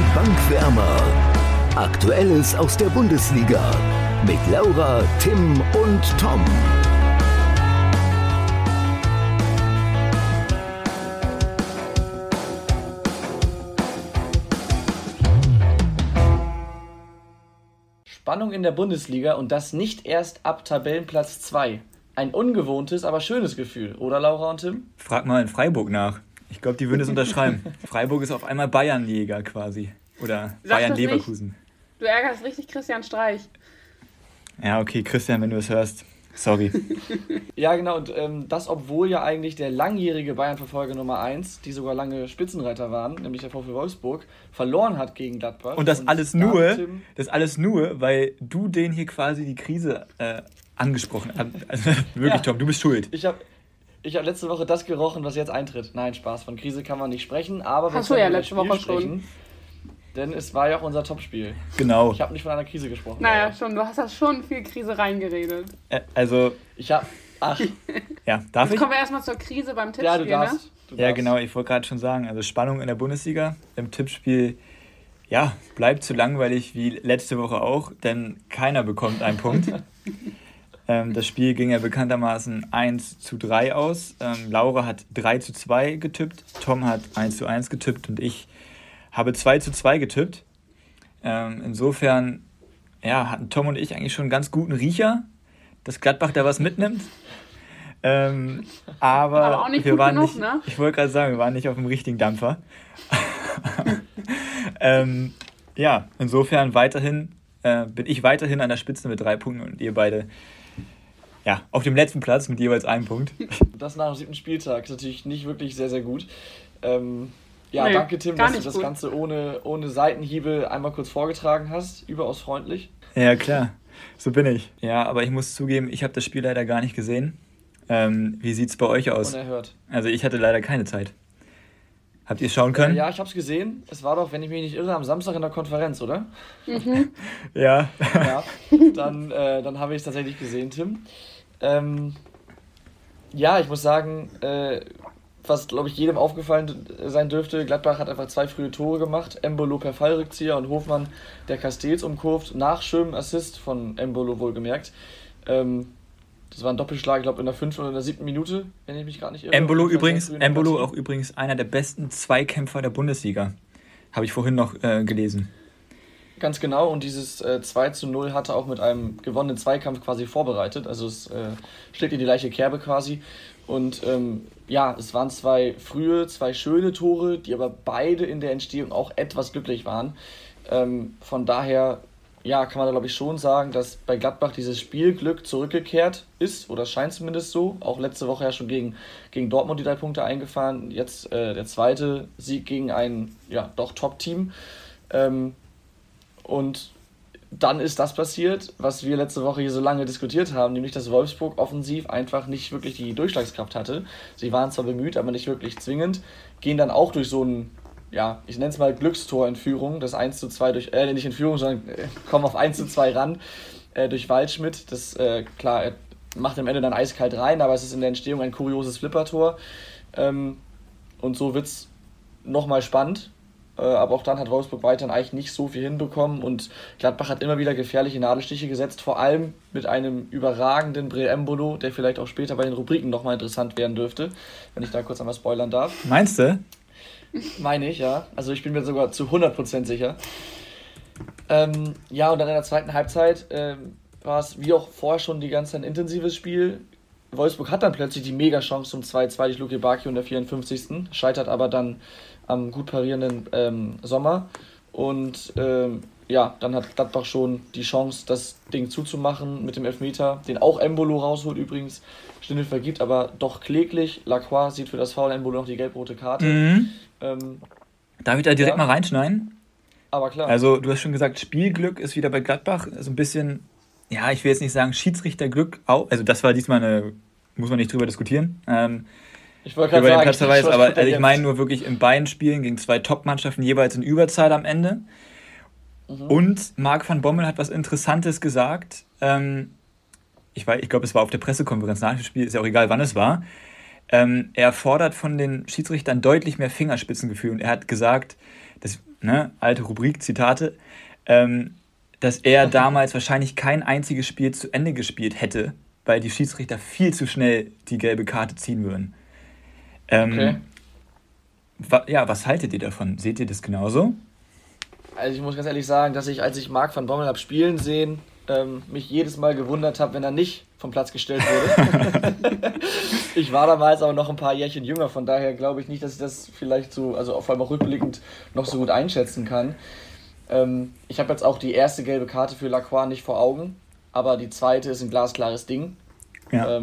Bankwärmer. Aktuelles aus der Bundesliga mit Laura, Tim und Tom. Spannung in der Bundesliga und das nicht erst ab Tabellenplatz 2. Ein ungewohntes, aber schönes Gefühl, oder Laura und Tim? Frag mal in Freiburg nach. Ich glaube, die würden es unterschreiben. Freiburg ist auf einmal Bayernjäger quasi. Oder Bayern-Leverkusen. Du ärgerst richtig Christian Streich. Ja, okay, Christian, wenn du es hörst. Sorry. Ja, genau, und das, obwohl ja eigentlich der langjährige Bayern-Verfolger Nummer 1, die sogar lange Spitzenreiter waren, nämlich der VfL Wolfsburg, verloren hat gegen Gladbach. Und das alles nur, weil du den hier quasi die Krise angesprochen hast. Also wirklich, ja. Tom, du bist schuld. Ich hab letzte Woche das gerochen, was jetzt eintritt. Nein, Spaß, von Krise kann man nicht sprechen, aber wir können über das Spiel sprechen. Denn es war ja auch unser Topspiel. Genau. Ich habe nicht von einer Krise gesprochen. Naja, schon. Du hast da schon viel Krise reingeredet. Ja, darf Jetzt ich? kommen wir erstmal zur Krise beim Tippspiel, ja, du darfst. Ja, genau. Ich wollte gerade schon sagen, also Spannung in der Bundesliga. Im Tippspiel, ja, bleibt zu langweilig wie letzte Woche auch, denn keiner bekommt einen Punkt. Das Spiel ging ja bekanntermaßen 1:3 aus. Laura hat 3:2 getippt, Tom hat 1:1 getippt und ich habe 2:2 getippt. Insofern hatten Tom und ich eigentlich schon einen ganz guten Riecher, dass Gladbach da was mitnimmt. Aber auch nicht wir gut waren genug, nicht, ne? Ich wollte gerade sagen, wir waren nicht auf dem richtigen Dampfer. Insofern bin ich weiterhin an der Spitze mit 3 Punkten und ihr beide auf dem letzten Platz mit jeweils 1 Punkt. Das nach dem 7. Spieltag ist natürlich nicht wirklich sehr, sehr gut. Danke Tim, dass du das Ganze ohne Seitenhiebe einmal kurz vorgetragen hast. Überaus freundlich. Ja, klar. So bin ich. Ja, aber ich muss zugeben, ich habe das Spiel leider gar nicht gesehen. Wie sieht es bei euch aus? Unerhört. Also ich hatte leider keine Zeit. Habt ihr es schauen können? Ja, ich habe es gesehen. Es war doch, wenn ich mich nicht irre, am Samstag in der Konferenz, oder? Mhm. Ja. Dann habe ich es tatsächlich gesehen, Tim. Ich muss sagen, was, glaube ich, jedem aufgefallen sein dürfte, Gladbach hat einfach 2 frühe Tore gemacht. Embolo per Fallrückzieher und Hofmann, der Castells umkurvt, nach schönem Assist von Embolo wohlgemerkt. Das war ein Doppelschlag, ich glaube in der 5. oder in der 7. Minute, wenn ich mich gerade nicht irre. Embolo auch übrigens einer der besten Zweikämpfer der Bundesliga. Habe ich vorhin noch gelesen. Ganz genau, und dieses 2:0 hatte auch mit einem gewonnenen Zweikampf quasi vorbereitet. Also es schlägt in die gleiche Kerbe quasi. Und es waren 2 frühe, 2 schöne Tore, die aber beide in der Entstehung auch etwas glücklich waren. Von daher kann man da, glaube ich, schon sagen, dass bei Gladbach dieses Spielglück zurückgekehrt ist, oder scheint zumindest so. Auch letzte Woche ja schon gegen Dortmund die 3 Punkte eingefahren. Jetzt der zweite Sieg gegen ein doch Top-Team. Und dann ist das passiert, was wir letzte Woche hier so lange diskutiert haben, nämlich dass Wolfsburg offensiv einfach nicht wirklich die Durchschlagskraft hatte. Sie waren zwar bemüht, aber nicht wirklich zwingend, gehen dann auch durch so ein, ich nenne es mal Glückstor in Führung, das 1:2 nicht in Führung, sondern kommen auf 1:2 ran durch Waldschmidt. Das, klar, er macht am Ende dann eiskalt rein, aber es ist in der Entstehung ein kurioses Flippertor. Und so wird es nochmal spannend. Aber auch dann hat Wolfsburg weiterhin eigentlich nicht so viel hinbekommen und Gladbach hat immer wieder gefährliche Nadelstiche gesetzt, vor allem mit einem überragenden Breel Embolo, der vielleicht auch später bei den Rubriken nochmal interessant werden dürfte, wenn ich da kurz einmal spoilern darf. Meinst du? Meine ich, ja. Also ich bin mir sogar zu 100% sicher. Und dann in der zweiten Halbzeit war es wie auch vorher schon die ganze Zeit ein intensives Spiel. Wolfsburg hat dann plötzlich die Mega-Chance zum 2:2 durch Luke Bacchio in der 54. Scheitert aber dann am gut parierenden Sommer. Und dann hat Gladbach schon die Chance, das Ding zuzumachen mit dem Elfmeter, den auch Embolo rausholt übrigens. Stindl vergibt, aber doch kläglich. Lacroix sieht für das Foul Embolo noch die gelb-rote Karte. Mhm. Darf ich da direkt mal reinschneiden? Aber klar. Also du hast schon gesagt, Spielglück ist wieder bei Gladbach so ein bisschen, ich will jetzt nicht sagen Schiedsrichterglück auch. Also das war diesmal muss man nicht drüber diskutieren. Ich wollte gerade sagen, aber ich meine nur wirklich in beiden Spielen gegen 2 Top-Mannschaften jeweils in Überzahl am Ende. Mhm. Und Marc van Bommel hat was Interessantes gesagt. Ich glaube, es war auf der Pressekonferenz nach dem Spiel, ist ja auch egal, wann es war. Er fordert von den Schiedsrichtern deutlich mehr Fingerspitzengefühl. Und er hat gesagt, alte Rubrik, Zitate, dass er damals wahrscheinlich kein einziges Spiel zu Ende gespielt hätte, weil die Schiedsrichter viel zu schnell die gelbe Karte ziehen würden. Okay. Was haltet ihr davon? Seht ihr das genauso? Also ich muss ganz ehrlich sagen, dass ich, als ich Marc van Bommel habe spielen sehen, mich jedes Mal gewundert habe, wenn er nicht vom Platz gestellt wurde. Ich war damals aber noch ein paar Jährchen jünger, von daher glaube ich nicht, dass ich das vielleicht so, also vor allem auch rückblickend, noch so gut einschätzen kann. Ich habe jetzt auch die erste gelbe Karte für Lacroix nicht vor Augen, aber die zweite ist ein glasklares Ding. Ja.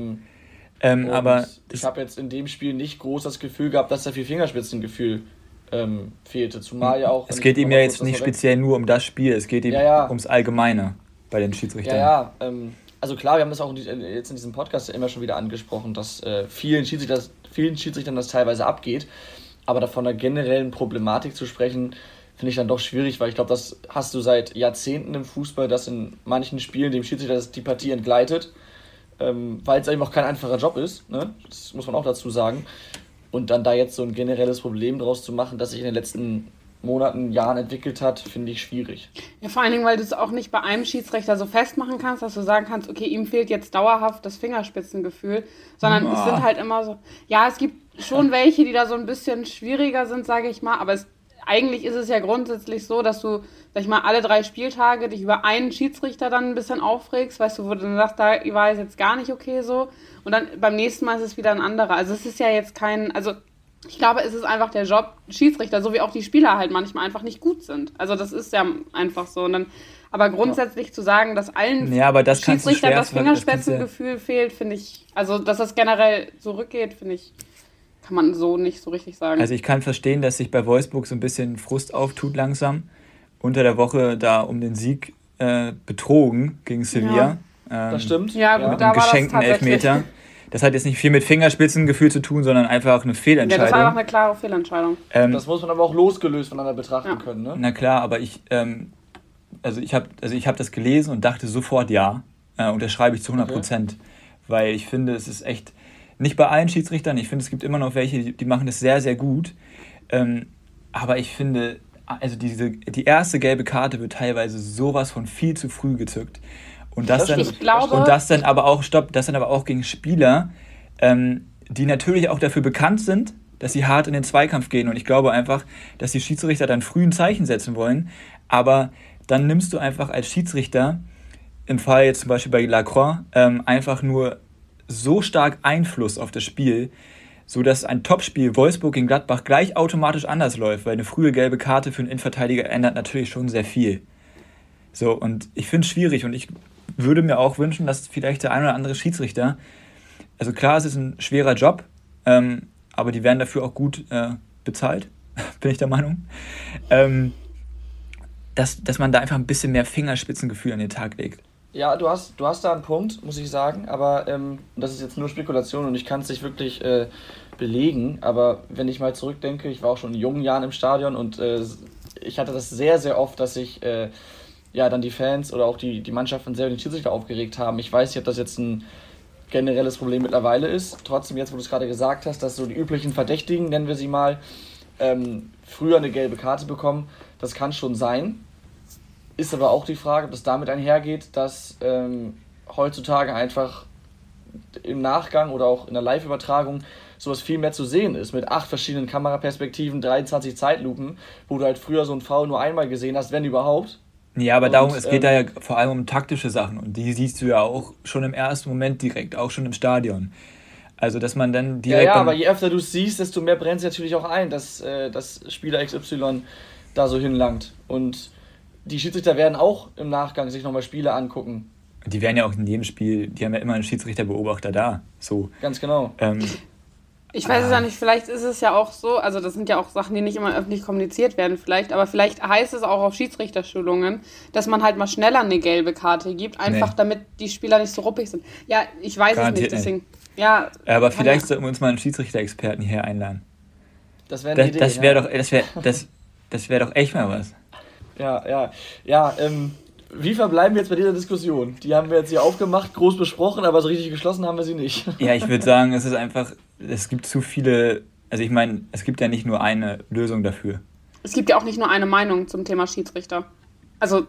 Aber ich habe jetzt in dem Spiel nicht groß das Gefühl gehabt, dass da viel Fingerspitzengefühl fehlte. Zumal ja auch... Es geht ihm ja jetzt nicht speziell nur um das Spiel, es geht ihm ums Allgemeine bei den Schiedsrichtern. Also klar, wir haben das auch jetzt in diesem Podcast ja immer schon wieder angesprochen, dass vielen Schiedsrichtern das teilweise abgeht. Aber da von der generellen Problematik zu sprechen, finde ich dann doch schwierig, weil ich glaube, das hast du seit Jahrzehnten im Fußball, dass in manchen Spielen dem Schiedsrichter die Partie entgleitet, weil es eben auch kein einfacher Job ist, ne? Das muss man auch dazu sagen. Und dann da jetzt so ein generelles Problem draus zu machen, das sich in den letzten Monaten, Jahren entwickelt hat, finde ich schwierig. Ja, vor allen Dingen, weil du es auch nicht bei einem Schiedsrichter so festmachen kannst, dass du sagen kannst, okay, ihm fehlt jetzt dauerhaft das Fingerspitzengefühl, sondern es sind halt immer so, ja, es gibt schon welche, die da so ein bisschen schwieriger sind, sage ich mal, aber eigentlich ist es ja grundsätzlich so, dass du, sag ich mal, alle 3 Spieltage dich über einen Schiedsrichter dann ein bisschen aufregst, weißt du, wo du dann sagst, da war es jetzt gar nicht okay so und dann beim nächsten Mal ist es wieder ein anderer. Also es ist ja jetzt ich glaube, es ist einfach der Job Schiedsrichter, so wie auch die Spieler halt manchmal einfach nicht gut sind. Also das ist ja einfach so. Und dann, aber grundsätzlich zu sagen, dass allen Schiedsrichtern das Fingerspitzengefühl fehlt, finde ich, also dass das generell so rückgeht, finde ich, kann man so nicht so richtig sagen. Also ich kann verstehen, dass sich bei Wolfsburg so ein bisschen Frust auftut langsam. Unter der Woche da um den Sieg betrogen gegen Sevilla. Ja, das stimmt. Ja, gut, mit einem geschenkten Elfmeter. Das hat jetzt nicht viel mit Fingerspitzengefühl zu tun, sondern einfach eine Fehlentscheidung. Ja, das war einfach eine klare Fehlentscheidung. Das muss man aber auch losgelöst voneinander betrachten können, ne? Na klar, aber ich habe das gelesen und dachte sofort ja. Unterschreibe ich zu 100%. Okay. Weil ich finde, es ist echt, nicht bei allen Schiedsrichtern, ich finde, es gibt immer noch welche, die machen das sehr, sehr gut. Aber ich finde, also die erste gelbe Karte wird teilweise sowas von viel zu früh gezückt. Und das dann aber auch gegen Spieler, die natürlich auch dafür bekannt sind, dass sie hart in den Zweikampf gehen. Und ich glaube einfach, dass die Schiedsrichter dann früh ein Zeichen setzen wollen. Aber dann nimmst du einfach als Schiedsrichter, im Fall jetzt zum Beispiel bei Lacroix, einfach nur so stark Einfluss auf das Spiel, sodass ein Topspiel Wolfsburg gegen Gladbach gleich automatisch anders läuft, weil eine frühe gelbe Karte für einen Innenverteidiger ändert natürlich schon sehr viel. So, und ich finde es schwierig und ich würde mir auch wünschen, dass vielleicht der ein oder andere Schiedsrichter, also klar, es ist ein schwerer Job, aber die werden dafür auch gut bezahlt, bin ich der Meinung, dass man da einfach ein bisschen mehr Fingerspitzengefühl an den Tag legt. Ja, du hast da einen Punkt, muss ich sagen, aber das ist jetzt nur Spekulation und ich kann es nicht wirklich belegen, aber wenn ich mal zurückdenke, ich war auch schon in jungen Jahren im Stadion und ich hatte das sehr, sehr oft, dass ich dann die Fans oder auch die Mannschaften sehr über den Schiedsrichter aufgeregt haben. Ich weiß nicht, ob das jetzt ein generelles Problem mittlerweile ist. Trotzdem, jetzt wo du es gerade gesagt hast, dass so die üblichen Verdächtigen, nennen wir sie mal, früher eine gelbe Karte bekommen, das kann schon sein. Ist aber auch die Frage, ob das damit einhergeht, dass heutzutage einfach im Nachgang oder auch in der Live-Übertragung sowas viel mehr zu sehen ist, mit 8 verschiedenen Kameraperspektiven, 23 Zeitlupen, wo du halt früher so einen Foul nur einmal gesehen hast, wenn überhaupt. Ja, aber es geht da ja vor allem um taktische Sachen und die siehst du ja auch schon im ersten Moment direkt, auch schon im Stadion. Also, dass man dann direkt... Ja, aber je öfter du es siehst, desto mehr brennt es natürlich auch ein, dass Spieler XY da so hinlangt. Und die Schiedsrichter werden auch im Nachgang sich nochmal Spiele angucken. Die werden ja auch in jedem Spiel, die haben ja immer einen Schiedsrichterbeobachter da. So. Ganz genau. Ich weiß es ja nicht, vielleicht ist es ja auch so, also das sind ja auch Sachen, die nicht immer öffentlich kommuniziert werden vielleicht, aber vielleicht heißt es auch auf Schiedsrichterschulungen, dass man halt mal schneller eine gelbe Karte gibt, einfach damit die Spieler nicht so ruppig sind. Ja, ich weiß es nicht, deswegen... Nicht. Ja, aber vielleicht sollten wir uns mal einen Schiedsrichter-Experten hier einladen. Das wäre eine Idee. Das wäre doch echt mal was. Ja, Wie verbleiben wir jetzt bei dieser Diskussion? Die haben wir jetzt hier aufgemacht, groß besprochen, aber so richtig geschlossen haben wir sie nicht. Ja, ich würde sagen, es ist einfach, es gibt zu viele, also ich meine, es gibt ja nicht nur eine Lösung dafür. Es gibt ja auch nicht nur eine Meinung zum Thema Schiedsrichter. Also,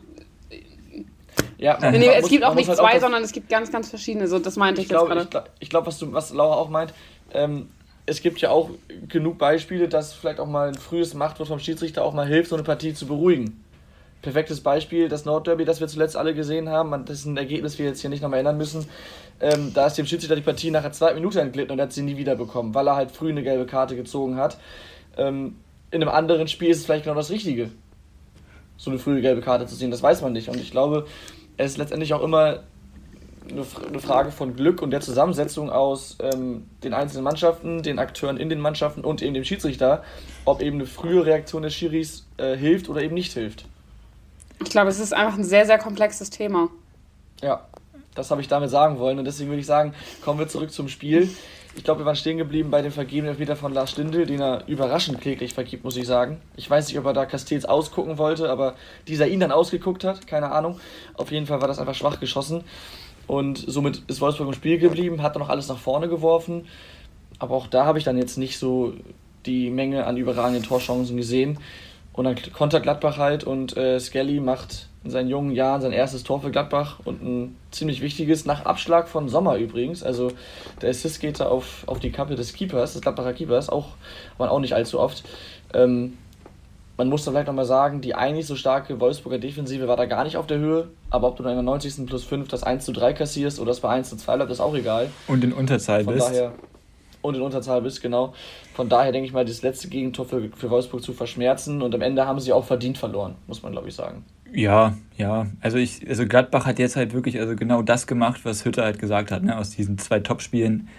ja, es gibt auch nicht halt zwei, sondern es gibt ganz, ganz verschiedene. So, das meinte ich jetzt gerade. Ich glaube, was Laura auch meint, es gibt ja auch genug Beispiele, dass vielleicht auch mal ein frühes Machtwort vom Schiedsrichter auch mal hilft, so eine Partie zu beruhigen. Perfektes Beispiel, das Nordderby, das wir zuletzt alle gesehen haben, das ist ein Ergebnis, das wir jetzt hier nicht nochmal ändern müssen. Da ist dem Schiedsrichter die Partie nach der 2. Minute entglitten und er hat sie nie wiederbekommen, weil er halt früh eine gelbe Karte gezogen hat. In einem anderen Spiel ist es vielleicht genau das Richtige, so eine frühe gelbe Karte zu ziehen, das weiß man nicht. Und ich glaube, es ist letztendlich auch immer eine Frage von Glück und der Zusammensetzung aus den einzelnen Mannschaften, den Akteuren in den Mannschaften und eben dem Schiedsrichter, ob eben eine frühe Reaktion des Schiris hilft oder eben nicht hilft. Ich glaube, es ist einfach ein sehr, sehr komplexes Thema. Ja, das habe ich damit sagen wollen und deswegen würde ich sagen, kommen wir zurück zum Spiel. Ich glaube, wir waren stehen geblieben bei dem vergebenen Elfmeter von Lars Stindl, den er überraschend kläglich vergibt, muss ich sagen. Ich weiß nicht, ob er da Castells ausgucken wollte, aber dieser ihn dann ausgeguckt hat, keine Ahnung. Auf jeden Fall war das einfach schwach geschossen und somit ist Wolfsburg im Spiel geblieben, hat dann noch alles nach vorne geworfen, aber auch da habe ich dann jetzt nicht so die Menge an überragenden Torchancen gesehen. Und dann kontert Gladbach halt und Skelly macht in seinen jungen Jahren sein erstes Tor für Gladbach und ein ziemlich wichtiges, nach Abschlag von Sommer übrigens. Also der Assist geht da auf die Kappe des Keepers, des Gladbacher Keepers, auch nicht allzu oft. Man muss da vielleicht nochmal sagen, die eigentlich so starke Wolfsburger Defensive war da gar nicht auf der Höhe, aber ob du dann in der 90. +5 das 1:3 kassierst oder das bei 1:2 bleibt, ist auch egal. Und in Unterzahl bist. Und in Unterzahl bist, genau. Von daher denke ich mal, das letzte Gegentor für Wolfsburg zu verschmerzen und am Ende haben sie auch verdient verloren, muss man glaube ich sagen. Ja. Also Gladbach hat jetzt halt wirklich genau das gemacht, was Hütter halt gesagt hat, ne? Aus diesen 2 Topspielen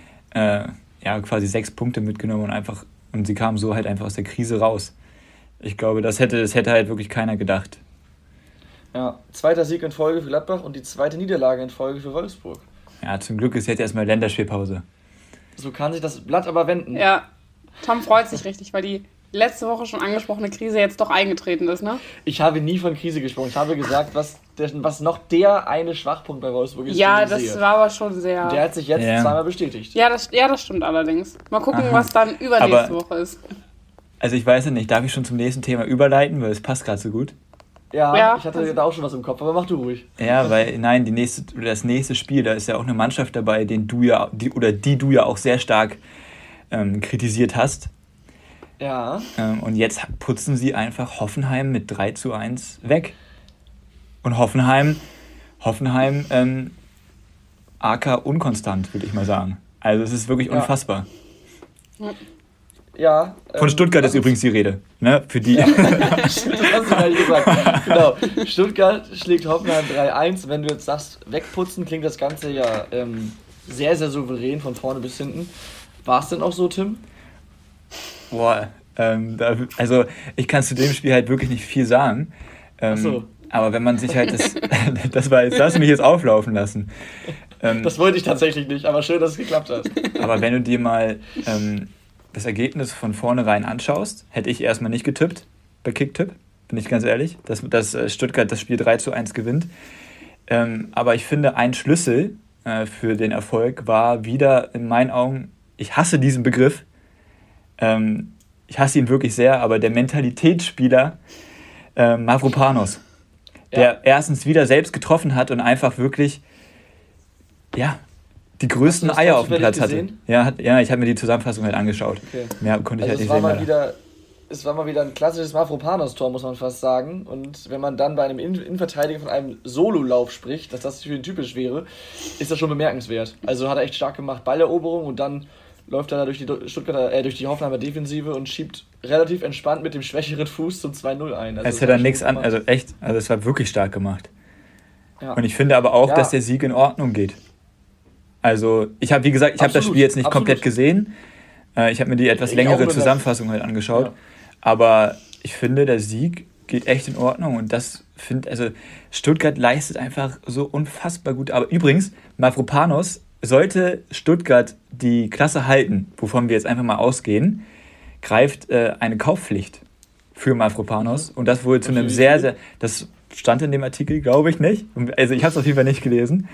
quasi 6 Punkte mitgenommen und sie kamen so halt einfach aus der Krise raus. Ich glaube, das hätte halt wirklich keiner gedacht. Ja, 2. Sieg in Folge für Gladbach und die 2. Niederlage in Folge für Wolfsburg. Ja, zum Glück ist jetzt erstmal Länderspielpause. So kann sich das Blatt aber wenden. Ja, Tom freut sich richtig, weil die letzte Woche schon angesprochene Krise jetzt doch eingetreten ist, ne? Ich habe nie von Krise gesprochen. Ich habe gesagt, was noch der eine Schwachpunkt bei Wolfsburg ist. Ja, das war aber schon sehr... Der hat sich jetzt zweimal bestätigt. Ja, das stimmt allerdings. Mal gucken, was dann übernächste Woche ist. Also ich weiß ja nicht, darf ich schon zum nächsten Thema überleiten, weil es passt gerade so gut? Ja, ich hatte da auch schon was im Kopf, aber mach du ruhig. Ja, weil, das nächste Spiel, da ist ja auch eine Mannschaft dabei, die du ja auch sehr stark kritisiert hast. Ja. Und jetzt putzen sie einfach Hoffenheim mit 3:1 weg. Und Hoffenheim AK unkonstant, würde ich mal sagen. Also es ist wirklich unfassbar. Ja. Von Stuttgart ist übrigens die Rede, ne? Für die. Ja, das hast du gar nicht gesagt. Genau. Stuttgart schlägt Hoffenheim 3:1. Wenn du jetzt sagst, wegputzen, klingt das Ganze ja sehr, sehr souverän von vorne bis hinten. War es denn auch so, Tim? Boah, also ich kann zu dem Spiel halt wirklich nicht viel sagen. Ach so. Aber wenn man sich halt das lass mich jetzt auflaufen lassen. Das wollte ich tatsächlich nicht, aber schön, dass es geklappt hat. Aber wenn du dir mal das Ergebnis von vornherein anschaust, hätte ich erstmal nicht getippt bei Kicktipp, bin ich ganz ehrlich, dass Stuttgart das Spiel 3:1 gewinnt. Aber ich finde, ein Schlüssel für den Erfolg war wieder in meinen Augen, ich hasse diesen Begriff, ich hasse ihn wirklich sehr, aber der Mentalitätsspieler Mavropanos, der erstens wieder selbst getroffen hat und einfach wirklich, die größten Eier auf dem Platz hatte. Ja, ich habe mir die Zusammenfassung halt angeschaut. Okay. Mehr konnte ich halt nicht sehen. Es war mal wieder ein klassisches Mavropanos-Tor, muss man fast sagen. Und wenn man dann bei einem Innenverteidiger von einem Sololauf spricht, dass das für ihn typisch wäre, ist das schon bemerkenswert. Also hat er echt stark gemacht, Balleroberung und dann läuft er da durch die Hoffenheimer Defensive und schiebt relativ entspannt mit dem schwächeren Fuß zum 2:0 ein. Also es hätte da nichts an, also es war wirklich stark gemacht. Ja. Und ich finde aber auch, dass der Sieg in Ordnung geht. Also ich habe, wie gesagt, das Spiel jetzt nicht komplett gesehen. Ich habe mir die etwas längere Zusammenfassung halt angeschaut. Ja. Aber ich finde, der Sieg geht echt in Ordnung und Stuttgart leistet einfach so unfassbar gut. Aber übrigens, Mavropanos, sollte Stuttgart die Klasse halten, wovon wir jetzt einfach mal ausgehen, greift eine Kaufpflicht für Mavropanos und das wohl zu einem sehr, sehr, das stand in dem Artikel, glaube ich nicht. Also ich habe es auf jeden Fall nicht gelesen.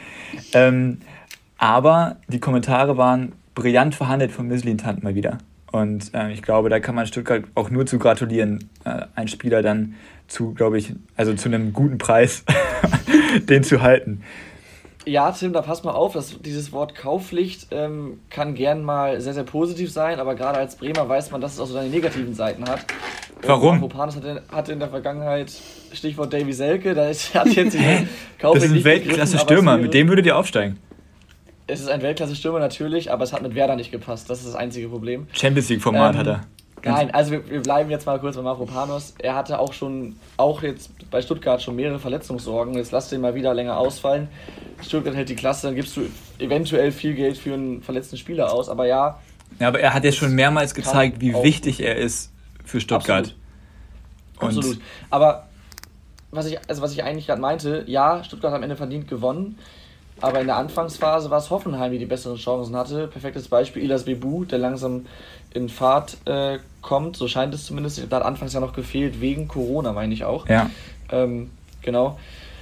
Aber die Kommentare waren brillant verhandelt von Mislintat mal wieder. Und ich glaube, da kann man Stuttgart auch nur zu gratulieren, einen Spieler dann zu, glaube ich, also zu einem guten Preis, den zu halten. Ja, Tim, da pass mal auf, dieses Wort Kaufpflicht kann gern mal sehr, sehr positiv sein, aber gerade als Bremer weiß man, dass es auch so seine negativen Seiten hat. Warum? Mavropanos hatte in der Vergangenheit, Stichwort Davy Selke, hat jetzt diese Kaufpflicht. Das ist ein Weltklasse-Stürmer, mit dem würdet ihr aufsteigen. Es ist ein Weltklasse-Stürmer natürlich, aber es hat mit Werder nicht gepasst, das ist das einzige Problem. Champions League-Format hat er. Nein, also wir bleiben jetzt mal kurz bei Mavropanos. Er hatte auch jetzt bei Stuttgart schon mehrere Verletzungssorgen. Jetzt lass den mal wieder länger ausfallen. Stuttgart hält die Klasse, dann gibst du eventuell viel Geld für einen verletzten Spieler aus, aber ja. Ja, aber er hat jetzt schon mehrmals gezeigt, wie wichtig er ist für Stuttgart. Absolut. Aber was ich eigentlich gerade meinte, ja, Stuttgart hat am Ende verdient gewonnen, aber in der Anfangsphase war es Hoffenheim, die die besseren Chancen hatte. Perfektes Beispiel, Ilas Bebu, der langsam in Fahrt kommt, so scheint es zumindest. Da hat anfangs ja noch gefehlt, wegen Corona, meine ich auch. Ja. Genau.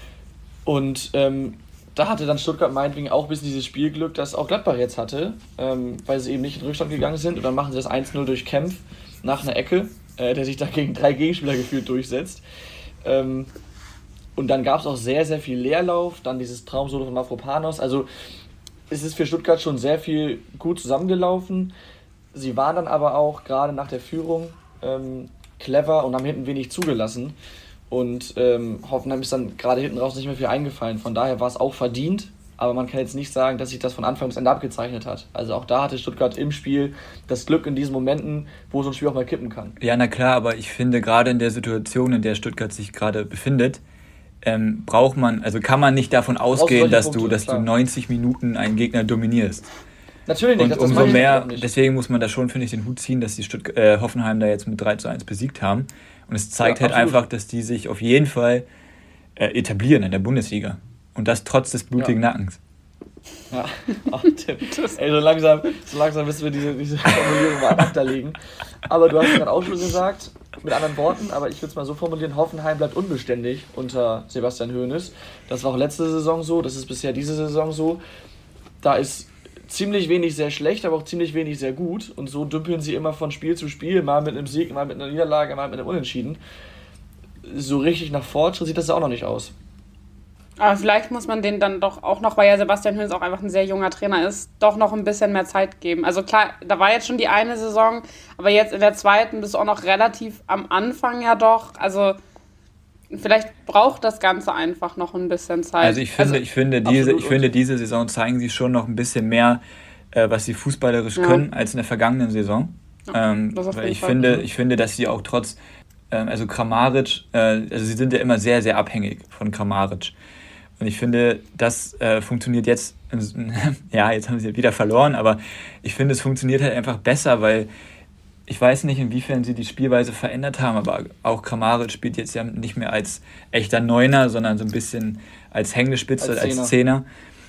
Und da hatte dann Stuttgart meinetwegen auch ein bisschen dieses Spielglück, das auch Gladbach jetzt hatte, weil sie eben nicht in Rückstand gegangen sind. Und dann machen sie das 1-0 durch Kempf nach einer Ecke, der sich da gegen 3 Gegenspieler gefühlt durchsetzt. Und dann gab es auch sehr, sehr viel Leerlauf, dann dieses Traumsolo von Mavropanos. Also es ist für Stuttgart schon sehr viel gut zusammengelaufen. Sie waren dann aber auch gerade nach der Führung clever und haben hinten wenig zugelassen. Und Hoffenheim ist dann gerade hinten raus nicht mehr viel eingefallen. Von daher war es auch verdient, aber man kann jetzt nicht sagen, dass sich das von Anfang bis Ende abgezeichnet hat. Also auch da hatte Stuttgart im Spiel das Glück in diesen Momenten, wo so ein Spiel auch mal kippen kann. Ja, na klar, aber ich finde gerade in der Situation, in der Stuttgart sich gerade befindet, kann man nicht davon ausgehen, dass du 90 Minuten einen Gegner dominierst. Natürlich nicht. Und umso mehr, deswegen muss man da schon, finde ich, den Hut ziehen, dass die Hoffenheim da jetzt mit 3-1 besiegt haben. Und es zeigt halt einfach, dass die sich auf jeden Fall etablieren in der Bundesliga. Und das trotz des blutigen Nackens. Ja, Tim. Ey, so langsam müssen wir diese Formulierung mal ablegen. Aber du hast es gerade auch schon gesagt, mit anderen Worten, aber ich würde es mal so formulieren, Hoffenheim bleibt unbeständig unter Sebastian Hoeneß. Das war auch letzte Saison so, das ist bisher diese Saison so. Da ist ziemlich wenig sehr schlecht, aber auch ziemlich wenig sehr gut. Und so dümpeln sie immer von Spiel zu Spiel, mal mit einem Sieg, mal mit einer Niederlage, mal mit einem Unentschieden. So richtig nach Fortschritt sieht das ja auch noch nicht aus. Aber vielleicht muss man denen dann doch auch noch, weil ja Sebastian Hoeneß auch einfach ein sehr junger Trainer ist, doch noch ein bisschen mehr Zeit geben. Also klar, da war jetzt schon die eine Saison, aber jetzt in der zweiten bist du auch noch relativ am Anfang ja doch. Also vielleicht braucht das Ganze einfach noch ein bisschen Zeit. Also ich finde, diese Saison zeigen sie schon noch ein bisschen mehr, was sie fußballerisch können, als in der vergangenen Saison. Ja, weil ich finde, dass sie auch trotz, also Kramaric, also sie sind ja immer sehr, sehr abhängig von Kramaric. Und ich finde, das funktioniert jetzt, jetzt haben sie wieder verloren, aber ich finde, es funktioniert halt einfach besser, weil ich weiß nicht, inwiefern sie die Spielweise verändert haben, aber auch Kramaric spielt jetzt ja nicht mehr als echter Neuner, sondern so ein bisschen als hängende Spitze, als Zehner.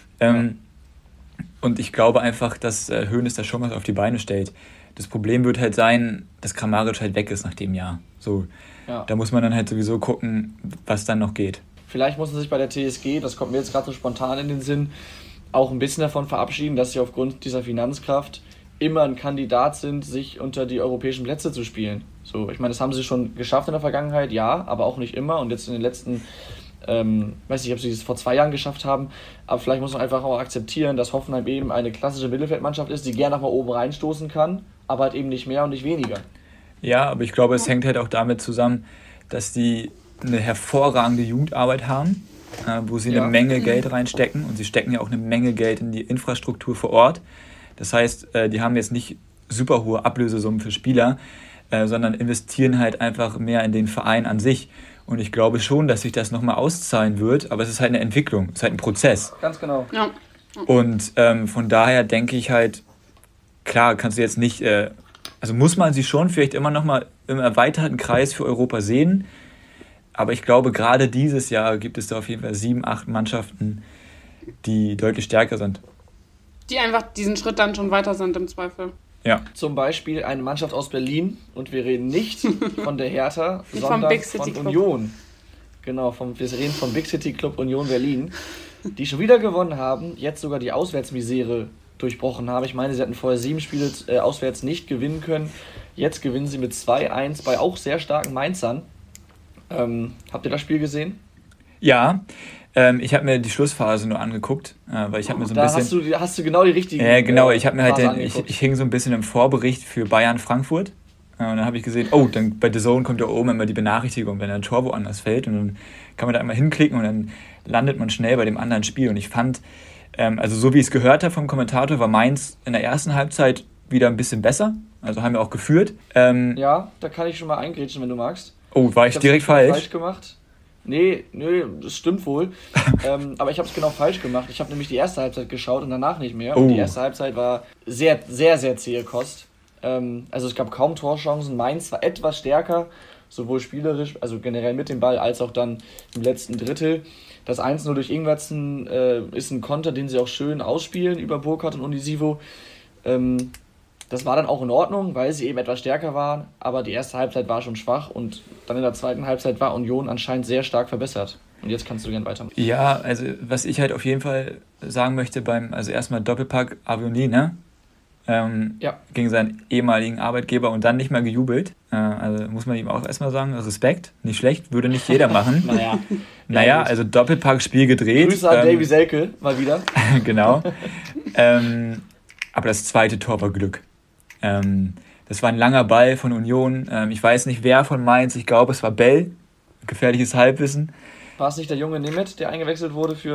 Und ich glaube einfach, dass Hoeneß da schon was auf die Beine stellt. Das Problem wird halt sein, dass Kramaric halt weg ist nach dem Jahr. So, da muss man dann halt sowieso gucken, was dann noch geht. Vielleicht muss man sich bei der TSG, das kommt mir jetzt gerade so spontan in den Sinn, auch ein bisschen davon verabschieden, dass sie aufgrund dieser Finanzkraft immer ein Kandidat sind, sich unter die europäischen Plätze zu spielen. So, ich meine, das haben sie schon geschafft in der Vergangenheit, ja, aber auch nicht immer. Und jetzt in den letzten, weiß nicht, ob sie es vor 2 Jahren geschafft haben, aber vielleicht muss man einfach auch akzeptieren, dass Hoffenheim eben eine klassische Mittelfeldmannschaft ist, die gerne auch mal oben reinstoßen kann, aber halt eben nicht mehr und nicht weniger. Ja, aber ich glaube, es hängt halt auch damit zusammen, dass die eine hervorragende Jugendarbeit haben, wo sie eine Menge Geld reinstecken, und sie stecken ja auch eine Menge Geld in die Infrastruktur vor Ort. Das heißt, die haben jetzt nicht super hohe Ablösesummen für Spieler, sondern investieren halt einfach mehr in den Verein an sich. Und ich glaube schon, dass sich das nochmal auszahlen wird, aber es ist halt eine Entwicklung, es ist halt ein Prozess. Ganz genau. Ja. Und von daher denke ich halt, klar, kannst du jetzt nicht, also muss man sie schon vielleicht immer nochmal im erweiterten Kreis für Europa sehen, aber ich glaube, gerade dieses Jahr gibt es da auf jeden Fall 7, 8 Mannschaften, die deutlich stärker sind. Die einfach diesen Schritt dann schon weiter sind im Zweifel. Ja. Zum Beispiel eine Mannschaft aus Berlin, und wir reden nicht von der Hertha, sondern von Union. Genau, wir reden vom Big City Club Union Berlin, die schon wieder gewonnen haben, jetzt sogar die Auswärtsmisere durchbrochen haben. Ich meine, sie hatten vorher 7 Spiele auswärts nicht gewinnen können. Jetzt gewinnen sie mit 2-1 bei auch sehr starken Mainzern. Habt ihr das Spiel gesehen? Ja, ich habe mir die Schlussphase nur angeguckt, weil ich habe mir so ein bisschen... Hast du genau die richtigen... genau, ich habe mir halt ich hing so ein bisschen im Vorbericht für Bayern-Frankfurt. Und dann habe ich gesehen, dann bei The Zone kommt ja oben immer die Benachrichtigung, wenn ein Tor woanders fällt. Und dann kann man da einmal hinklicken und dann landet man schnell bei dem anderen Spiel. Und ich fand, also so wie ich es gehört habe vom Kommentator, war Mainz in der ersten Halbzeit wieder ein bisschen besser. Also haben wir auch geführt. Ja, da kann ich schon mal eingrätschen, wenn du magst. Oh, war ich direkt falsch Gemacht. Nee, das stimmt wohl. Aber ich habe es genau falsch gemacht. Ich habe nämlich die erste Halbzeit geschaut und danach nicht mehr. Und die erste Halbzeit war sehr, sehr, sehr zähe Kost. Also es gab kaum Torchancen. Mainz war etwas stärker, sowohl spielerisch, also generell mit dem Ball, als auch dann im letzten Drittel. Das 1-0 durch Ingwertsen ist ein Konter, den sie auch schön ausspielen über Burkhardt und Unisivo. Das war dann auch in Ordnung, weil sie eben etwas stärker waren, aber die erste Halbzeit war schon schwach und dann in der zweiten Halbzeit war Union anscheinend sehr stark verbessert. Und jetzt kannst du gerne weitermachen. Ja, also was ich halt auf jeden Fall sagen möchte also erstmal Doppelpack Avioni, ne? Gegen seinen ehemaligen Arbeitgeber und dann nicht mal gejubelt. Also muss man ihm auch erstmal sagen, Respekt, nicht schlecht, würde nicht jeder machen. Naja, also Doppelpack, Spiel gedreht. Grüße an Davy Selke, mal wieder. Genau. Aber das zweite Tor war Glück. Das war ein langer Ball von Union. Ich weiß nicht, wer von Mainz. Ich glaube, es war Bell. Gefährliches Halbwissen. War es nicht der junge Nemeth, der eingewechselt wurde für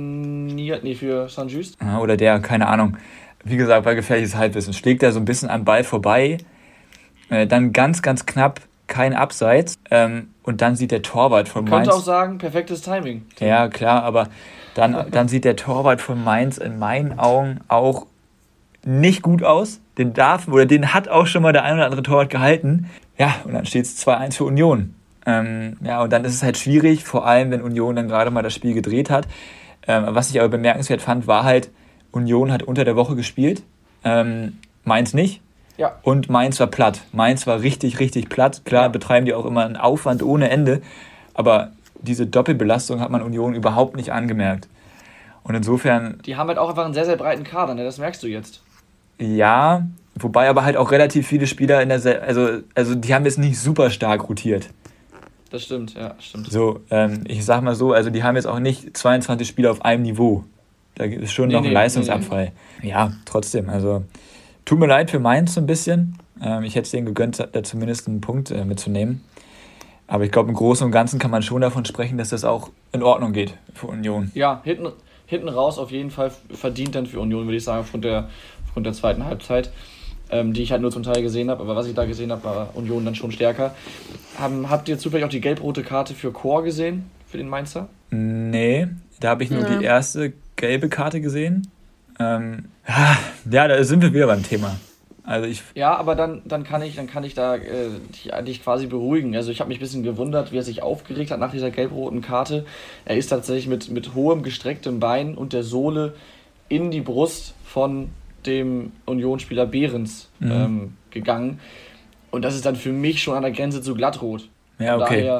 Saint-Just? Oder der, keine Ahnung. Wie gesagt, war gefährliches Halbwissen. Schlägt er so ein bisschen am Ball vorbei. Dann ganz, ganz knapp kein Abseits. Und dann sieht der Torwart von Mainz... Ich könnte auch sagen, perfektes Timing. Ja, klar, aber dann sieht der Torwart von Mainz in meinen Augen auch nicht gut aus. Den hat auch schon mal der ein oder andere Torwart gehalten. Ja, und dann steht es 2-1 für Union. Und dann ist es halt schwierig, vor allem, wenn Union dann gerade mal das Spiel gedreht hat. Was ich aber bemerkenswert fand, war halt, Union hat unter der Woche gespielt, Mainz nicht. Ja. Und Mainz war platt. Mainz war richtig, richtig platt. Klar, betreiben die auch immer einen Aufwand ohne Ende, aber diese Doppelbelastung hat man Union überhaupt nicht angemerkt. Und insofern... Die haben halt auch einfach einen sehr, sehr breiten Kader, ne? Das merkst du jetzt. Ja, wobei aber halt auch relativ viele Spieler also die haben jetzt nicht super stark rotiert. Das stimmt, ja, stimmt. So, ich sag mal so, also die haben jetzt auch nicht 22 Spieler auf einem Niveau. Da ist schon noch ein Leistungsabfall. Nee. Ja, trotzdem, also tut mir leid für Mainz so ein bisschen. Ich hätte es denen gegönnt, da zumindest einen Punkt mitzunehmen. Aber ich glaube, im Großen und Ganzen kann man schon davon sprechen, dass das auch in Ordnung geht für Union. Ja, hinten raus auf jeden Fall verdient dann für Union, würde ich sagen, aufgrund der zweiten Halbzeit, die ich halt nur zum Teil gesehen habe. Aber was ich da gesehen habe, war Union dann schon stärker. Habt ihr zufällig auch die gelb-rote Karte für Chor gesehen, für den Mainzer? Nee, da habe ich nur die erste gelbe Karte gesehen. Ja, da sind wir wieder beim Thema. Also ja, aber dann kann ich da dich quasi beruhigen. Also ich habe mich ein bisschen gewundert, wie er sich aufgeregt hat nach dieser gelb-roten Karte. Er ist tatsächlich mit hohem, gestrecktem Bein und der Sohle in die Brust von dem Unionsspieler Behrens gegangen. Und das ist dann für mich schon an der Grenze zu glattrot. Ja, okay.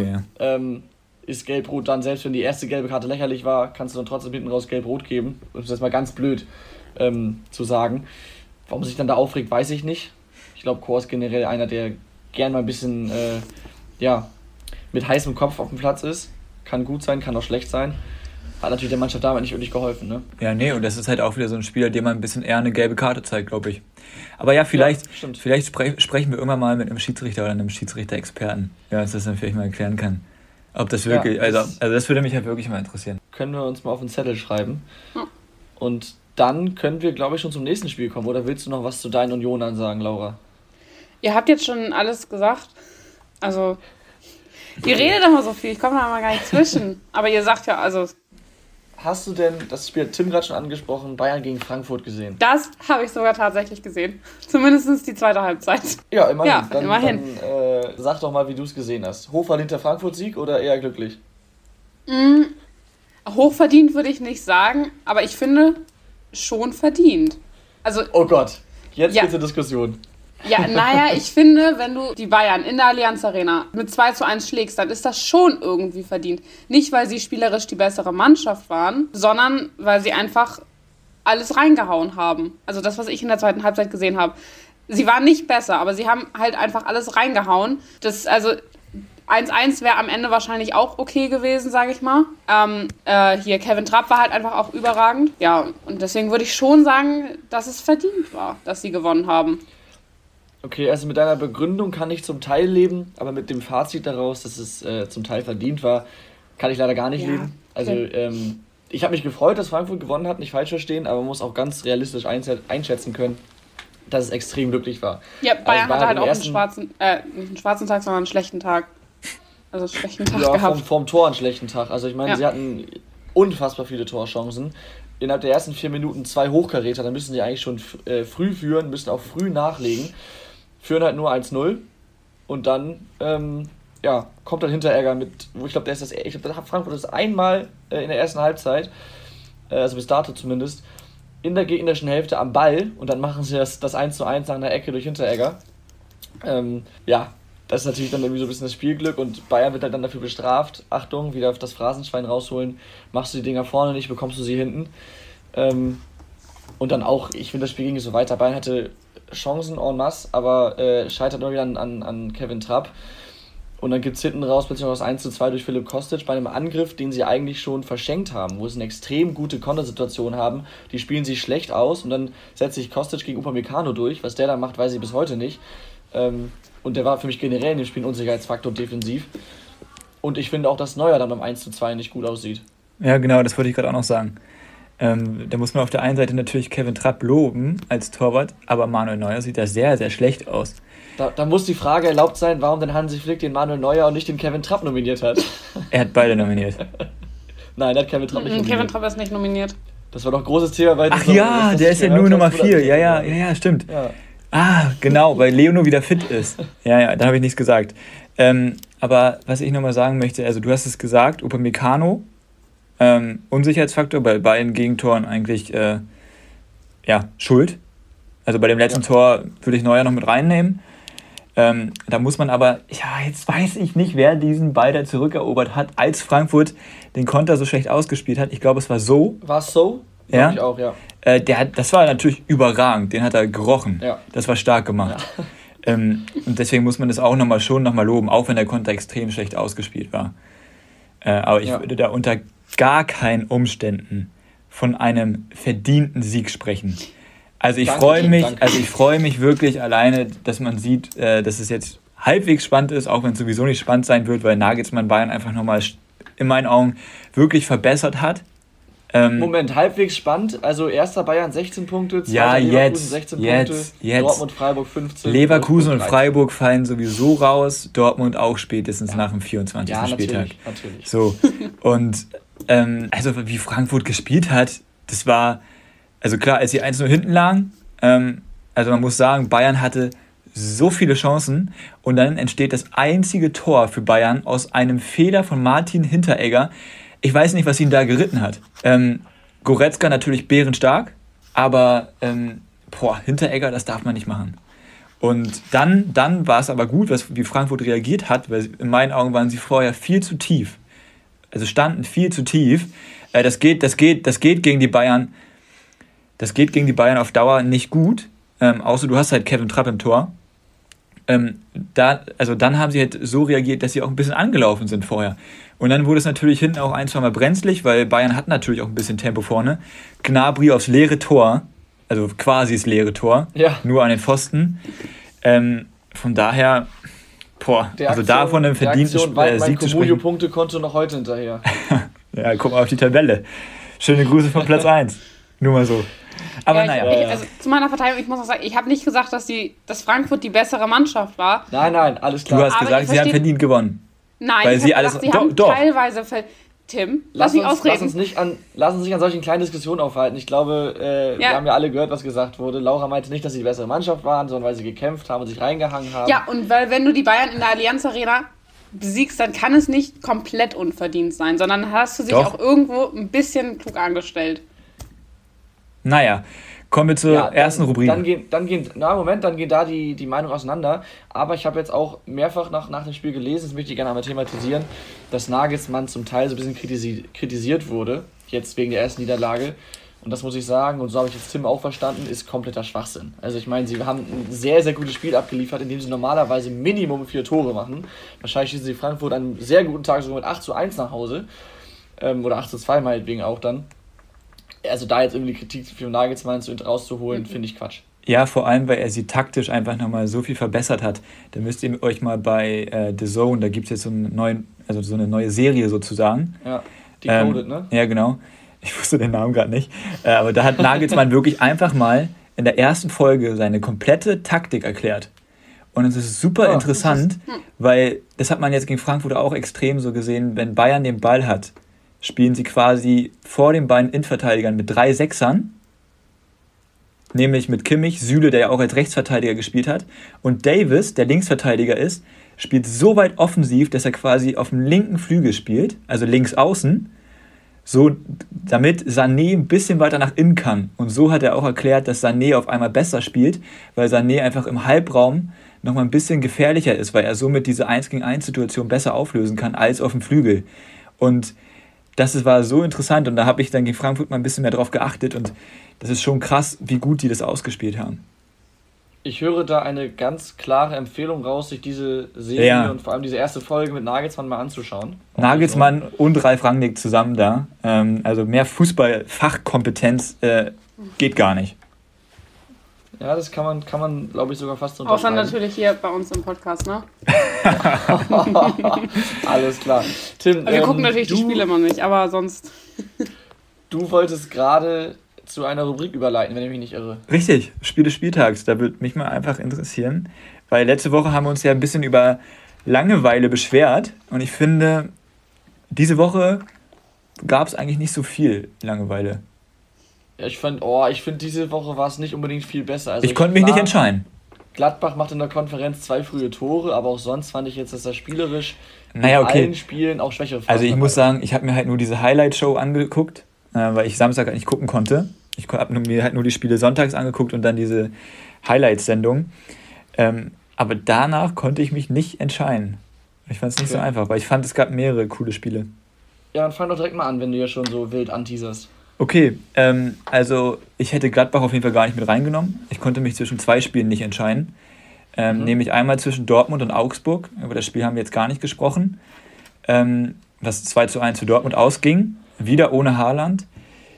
Ist gelb-rot dann, selbst wenn die erste gelbe Karte lächerlich war, kannst du dann trotzdem hinten raus gelb-rot geben. Das ist jetzt mal ganz blöd zu sagen. Warum sich dann da aufregt, weiß ich nicht. Ich glaube, Chor ist generell einer, der gern mal ein bisschen mit heißem Kopf auf dem Platz ist. Kann gut sein, kann auch schlecht sein. Hat natürlich der Mannschaft damit nicht wirklich geholfen, ne? Ja, nee, und das ist halt auch wieder so ein Spieler, dem man ein bisschen eher eine gelbe Karte zeigt, glaube ich. Aber ja, vielleicht sprechen wir irgendwann mal mit einem Schiedsrichter oder einem Schiedsrichter-Experten, der uns das dann vielleicht mal erklären kann. Ob das wirklich, also das würde mich halt wirklich mal interessieren. Können wir uns mal auf den Zettel schreiben. Und dann können wir, glaube ich, schon zum nächsten Spiel kommen. Oder willst du noch was zu deinen Unionern sagen, Laura? Ihr habt jetzt schon alles gesagt. Also, ihr redet immer so viel. Ich komme da mal gar nicht zwischen. Aber ihr sagt ja, also... Hast du denn, das Spiel hat Tim gerade schon angesprochen, Bayern gegen Frankfurt gesehen? Das habe ich sogar tatsächlich gesehen. Zumindest die zweite Halbzeit. Ja, immerhin. Ja, immerhin. Dann sag doch mal, wie du es gesehen hast. Hochverdienter Frankfurt-Sieg oder eher glücklich? Hochverdient würde ich nicht sagen, aber ich finde schon verdient. Also, oh Gott, jetzt geht's in Diskussion. Ja, naja, ich finde, wenn du die Bayern in der Allianz Arena mit 2:1 schlägst, dann ist das schon irgendwie verdient. Nicht, weil sie spielerisch die bessere Mannschaft waren, sondern weil sie einfach alles reingehauen haben. Also das, was ich in der zweiten Halbzeit gesehen habe. Sie waren nicht besser, aber sie haben halt einfach alles reingehauen. 1:1 wäre am Ende wahrscheinlich auch okay gewesen, sage ich mal. Hier, Kevin Trapp war halt einfach auch überragend. Ja, und deswegen würde ich schon sagen, dass es verdient war, dass sie gewonnen haben. Okay, also mit deiner Begründung kann ich zum Teil leben, aber mit dem Fazit daraus, dass es zum Teil verdient war, kann ich leider gar nicht leben. Also ich habe mich gefreut, dass Frankfurt gewonnen hat, nicht falsch verstehen, aber man muss auch ganz realistisch einschätzen können, dass es extrem glücklich war. Ja, Bayern hatte halt auch nicht einen schwarzen Tag, sondern einen schlechten Tag. Also einen schlechten Tag gehabt. Vom Tor einen schlechten Tag. Also ich meine, sie hatten unfassbar viele Torchancen. Innerhalb der ersten 4 Minuten 2 Hochkaräter, dann müssen sie eigentlich schon früh führen, müssen auch früh nachlegen. Führen halt nur 1:0 und dann kommt dann Hinteregger mit, ich glaube, Frankfurt ist einmal in der ersten Halbzeit, also bis dato zumindest, in der gegnerischen Hälfte am Ball und dann machen sie das 1:1 nach einer Ecke durch Hinteregger. Das ist natürlich dann irgendwie so ein bisschen das Spielglück und Bayern wird halt dann dafür bestraft. Achtung, wieder das Phrasenschwein rausholen, machst du die Dinger vorne nicht, bekommst du sie hinten. Und dann auch, ich finde, das Spiel ging so weiter. Bayern hatte Chancen en masse, aber scheitert nur wieder an Kevin Trapp. Und dann gibt es hinten raus plötzlich noch das 1:2 durch Philipp Kostic bei einem Angriff, den sie eigentlich schon verschenkt haben, wo sie eine extrem gute Kontersituation haben. Die spielen sie schlecht aus und dann setzt sich Kostic gegen Upamecano durch. Was der da macht, weiß ich bis heute nicht. Und der war für mich generell in dem Spiel ein Unsicherheitsfaktor defensiv. Und ich finde auch, dass Neuer dann beim 1:2 nicht gut aussieht. Ja, genau, das wollte ich gerade auch noch sagen. Da muss man auf der einen Seite natürlich Kevin Trapp loben als Torwart, aber Manuel Neuer sieht da sehr, sehr schlecht aus. Da muss die Frage erlaubt sein, warum denn Hansi Flick den Manuel Neuer und nicht den Kevin Trapp nominiert hat. Er hat beide nominiert. Nein, er hat Kevin Trapp nicht nominiert. Kevin Trapp ist nicht nominiert. Das war doch ein großes Thema bei Ach ja, der ist ja nur Nummer 4. Ja, stimmt. Ja. Ah, genau, weil Leo nur wieder fit ist. Ja, da habe ich nichts gesagt. Aber was ich nochmal sagen möchte, also du hast es gesagt, Upamecano, Unsicherheitsfaktor, bei beiden Gegentoren eigentlich Schuld. Also bei dem letzten Tor würde ich Neuer noch mit reinnehmen. Da muss man aber, jetzt weiß ich nicht, wer diesen Ball da zurückerobert hat, als Frankfurt den Konter so schlecht ausgespielt hat. Ich glaube, es war so. War es so? Ja. Ich auch, ja. Das war natürlich überragend, den hat er gerochen. Ja. Das war stark gemacht. Ja. Und deswegen muss man das auch schon nochmal loben, auch wenn der Konter extrem schlecht ausgespielt war. Aber ich würde da unter gar keinen Umständen von einem verdienten Sieg sprechen. Also ich freue mich wirklich alleine, dass man sieht, dass es jetzt halbwegs spannend ist, auch wenn es sowieso nicht spannend sein wird, weil Nagelsmann Bayern einfach nochmal in meinen Augen wirklich verbessert hat. Moment, halbwegs spannend. Also erster Bayern 16 Punkte, zweiter Leverkusen 16 Punkte, Dortmund, Freiburg 15. Leverkusen und Freiburg fallen sowieso raus, Dortmund auch spätestens nach dem 24. Spieltag. Natürlich. So. Und also wie Frankfurt gespielt hat, das war, also klar, als sie 1:0 hinten lagen, also man muss sagen, Bayern hatte so viele Chancen und dann entsteht das einzige Tor für Bayern aus einem Fehler von Martin Hinteregger. Ich weiß nicht, was ihn da geritten hat. Goretzka natürlich bärenstark, aber Hinteregger, das darf man nicht machen. Und dann war es aber gut, wie Frankfurt reagiert hat, weil in meinen Augen waren sie vorher viel zu tief. Also standen viel zu tief. Das geht gegen die Bayern. Das geht gegen die Bayern auf Dauer nicht gut. Außer du hast halt Kevin Trapp im Tor. Dann haben sie halt so reagiert, dass sie auch ein bisschen angelaufen sind vorher. Und dann wurde es natürlich hinten auch 1-2 Mal brenzlig, weil Bayern hat natürlich auch ein bisschen Tempo vorne. Gnabry aufs leere Tor, also quasi das leere Tor, nur an den Pfosten. Von daher, davon einen verdienten Sieg zu sprechen. Punktekonto noch heute hinterher. Ja, guck mal auf die Tabelle. Schöne Grüße von Platz 1. Nur mal so. Aber also zu meiner Verteidigung, ich muss auch sagen, ich habe nicht gesagt, dass Frankfurt die bessere Mannschaft war. Nein, alles klar. Du hast gesagt, sie haben verdient gewonnen. Nein, weil sie haben teilweise... Tim, lass mich ausreden. Lass uns nicht an solchen kleinen Diskussionen aufhalten. Ich glaube, wir haben ja alle gehört, was gesagt wurde. Laura meinte nicht, dass sie die bessere Mannschaft waren, sondern weil sie gekämpft haben und sich reingehangen haben. Ja, und weil wenn du die Bayern in der Allianz Arena besiegst, dann kann es nicht komplett unverdient sein, sondern hast du sich auch irgendwo ein bisschen klug angestellt. Naja, Kommen wir zur ersten Rubrik. Dann gehen da die Meinungen auseinander. Aber ich habe jetzt auch mehrfach nach dem Spiel gelesen, das möchte ich gerne einmal thematisieren, dass Nagelsmann zum Teil so ein bisschen kritisiert wurde, jetzt wegen der ersten Niederlage. Und das muss ich sagen, und so habe ich jetzt Tim auch verstanden, ist kompletter Schwachsinn. Also ich meine, sie haben ein sehr, sehr gutes Spiel abgeliefert, indem sie normalerweise Minimum 4 Tore machen. Wahrscheinlich schießen sie Frankfurt an einem sehr guten Tag sogar mit 8:1 nach Hause. Oder 8:2 meinetwegen auch dann. Also da jetzt irgendwie Kritik für Nagelsmann rauszuholen, finde ich Quatsch. Ja, vor allem, weil er sie taktisch einfach nochmal so viel verbessert hat. Da müsst ihr euch mal bei The Zone, da gibt es jetzt so eine neue Serie sozusagen. Ja, Decoded, ne? Ja, genau. Ich wusste den Namen gerade nicht. Aber da hat Nagelsmann wirklich einfach mal in der ersten Folge seine komplette Taktik erklärt. Und es ist super interessant, weil das hat man jetzt gegen Frankfurt auch extrem so gesehen, wenn Bayern den Ball hat, spielen sie quasi vor den beiden Innenverteidigern mit 3 Sechsern, nämlich mit Kimmich, Süle, der ja auch als Rechtsverteidiger gespielt hat, und Davis, der Linksverteidiger ist, spielt so weit offensiv, dass er quasi auf dem linken Flügel spielt, also links außen, so damit Sané ein bisschen weiter nach innen kann. Und so hat er auch erklärt, dass Sané auf einmal besser spielt, weil Sané einfach im Halbraum nochmal ein bisschen gefährlicher ist, weil er somit diese 1-gegen-1-Situation besser auflösen kann als auf dem Flügel. Und das war so interessant und da habe ich dann gegen Frankfurt mal ein bisschen mehr drauf geachtet und das ist schon krass, wie gut die das ausgespielt haben. Ich höre da eine ganz klare Empfehlung raus, sich diese Serie und vor allem diese erste Folge mit Nagelsmann mal anzuschauen. Nagelsmann und Ralf Rangnick zusammen da. Also mehr Fußball-Fachkompetenz geht gar nicht. Ja, das kann man glaube ich, sogar fast unterschreiben. Außer natürlich hier bei uns im Podcast, ne? Alles klar. Tim, wir gucken natürlich die Spiele immer nicht, aber sonst... Du wolltest gerade zu einer Rubrik überleiten, wenn ich mich nicht irre. Richtig, Spiel des Spieltags. Da würde mich mal einfach interessieren, weil letzte Woche haben wir uns ja ein bisschen über Langeweile beschwert und ich finde, diese Woche gab es eigentlich nicht so viel Langeweile. Ja, ich finde, diese Woche war es nicht unbedingt viel besser. Also ich konnte mich nicht entscheiden. Gladbach macht in der Konferenz 2 frühe Tore, aber auch sonst fand ich jetzt, dass er spielerisch in okay. allen Spielen auch schwächere Phasen Also ich muss sagen, ich habe mir halt nur diese Highlight-Show angeguckt, weil ich Samstag halt nicht gucken konnte. Ich habe mir halt nur die Spiele sonntags angeguckt und dann diese Highlights-Sendung. Aber danach konnte ich mich nicht entscheiden. Ich fand es nicht so einfach, weil ich fand, es gab mehrere coole Spiele. Ja, dann fang doch direkt mal an, wenn du ja schon so wild anteaserst. Okay, also ich hätte Gladbach auf jeden Fall gar nicht mit reingenommen. Ich konnte mich zwischen 2 Spielen nicht entscheiden. Nämlich einmal zwischen Dortmund und Augsburg. Über das Spiel haben wir jetzt gar nicht gesprochen. Was 2:1 für Dortmund ausging. Wieder ohne Haaland.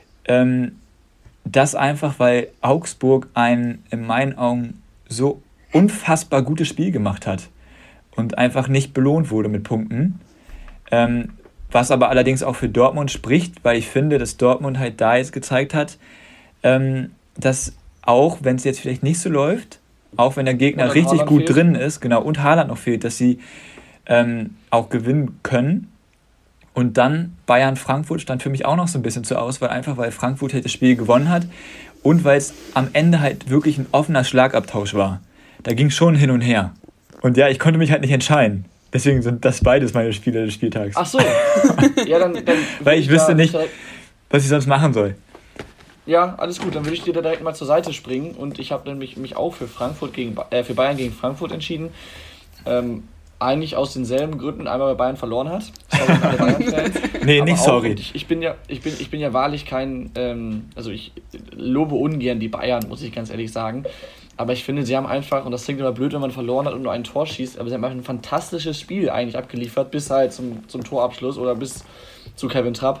Das einfach, weil Augsburg ein in meinen Augen so unfassbar gutes Spiel gemacht hat. Und einfach nicht belohnt wurde mit Punkten. Was aber allerdings auch für Dortmund spricht, weil ich finde, dass Dortmund halt da jetzt gezeigt hat, dass auch, wenn es jetzt vielleicht nicht so läuft, auch wenn der Gegner richtig gut drin ist, genau, und Haaland noch fehlt, dass sie auch gewinnen können. Und dann Bayern-Frankfurt stand für mich auch noch so ein bisschen zur Auswahl, einfach weil Frankfurt halt das Spiel gewonnen hat und weil es am Ende halt wirklich ein offener Schlagabtausch war. Da ging schon hin und her. Und ja, ich konnte mich halt nicht entscheiden. Deswegen sind das beides meine Spiele des Spieltags. Ach so. Ja, dann weil ich wüsste nicht, was ich sonst machen soll. Ja, alles gut. Dann würde ich dir da direkt mal zur Seite springen. Und ich habe nämlich mich auch für Bayern gegen Frankfurt entschieden. Eigentlich aus denselben Gründen, einmal weil Bayern verloren hat. Sorry an alle Bayern-Fans. Nee, nicht sorry. Ich bin ja wahrlich kein, also ich lobe ungern die Bayern, muss ich ganz ehrlich sagen. Aber ich finde, sie haben einfach, und das klingt immer blöd, wenn man verloren hat und nur ein Tor schießt, aber sie haben einfach ein fantastisches Spiel eigentlich abgeliefert, bis halt zum Torabschluss oder bis zu Kevin Trapp.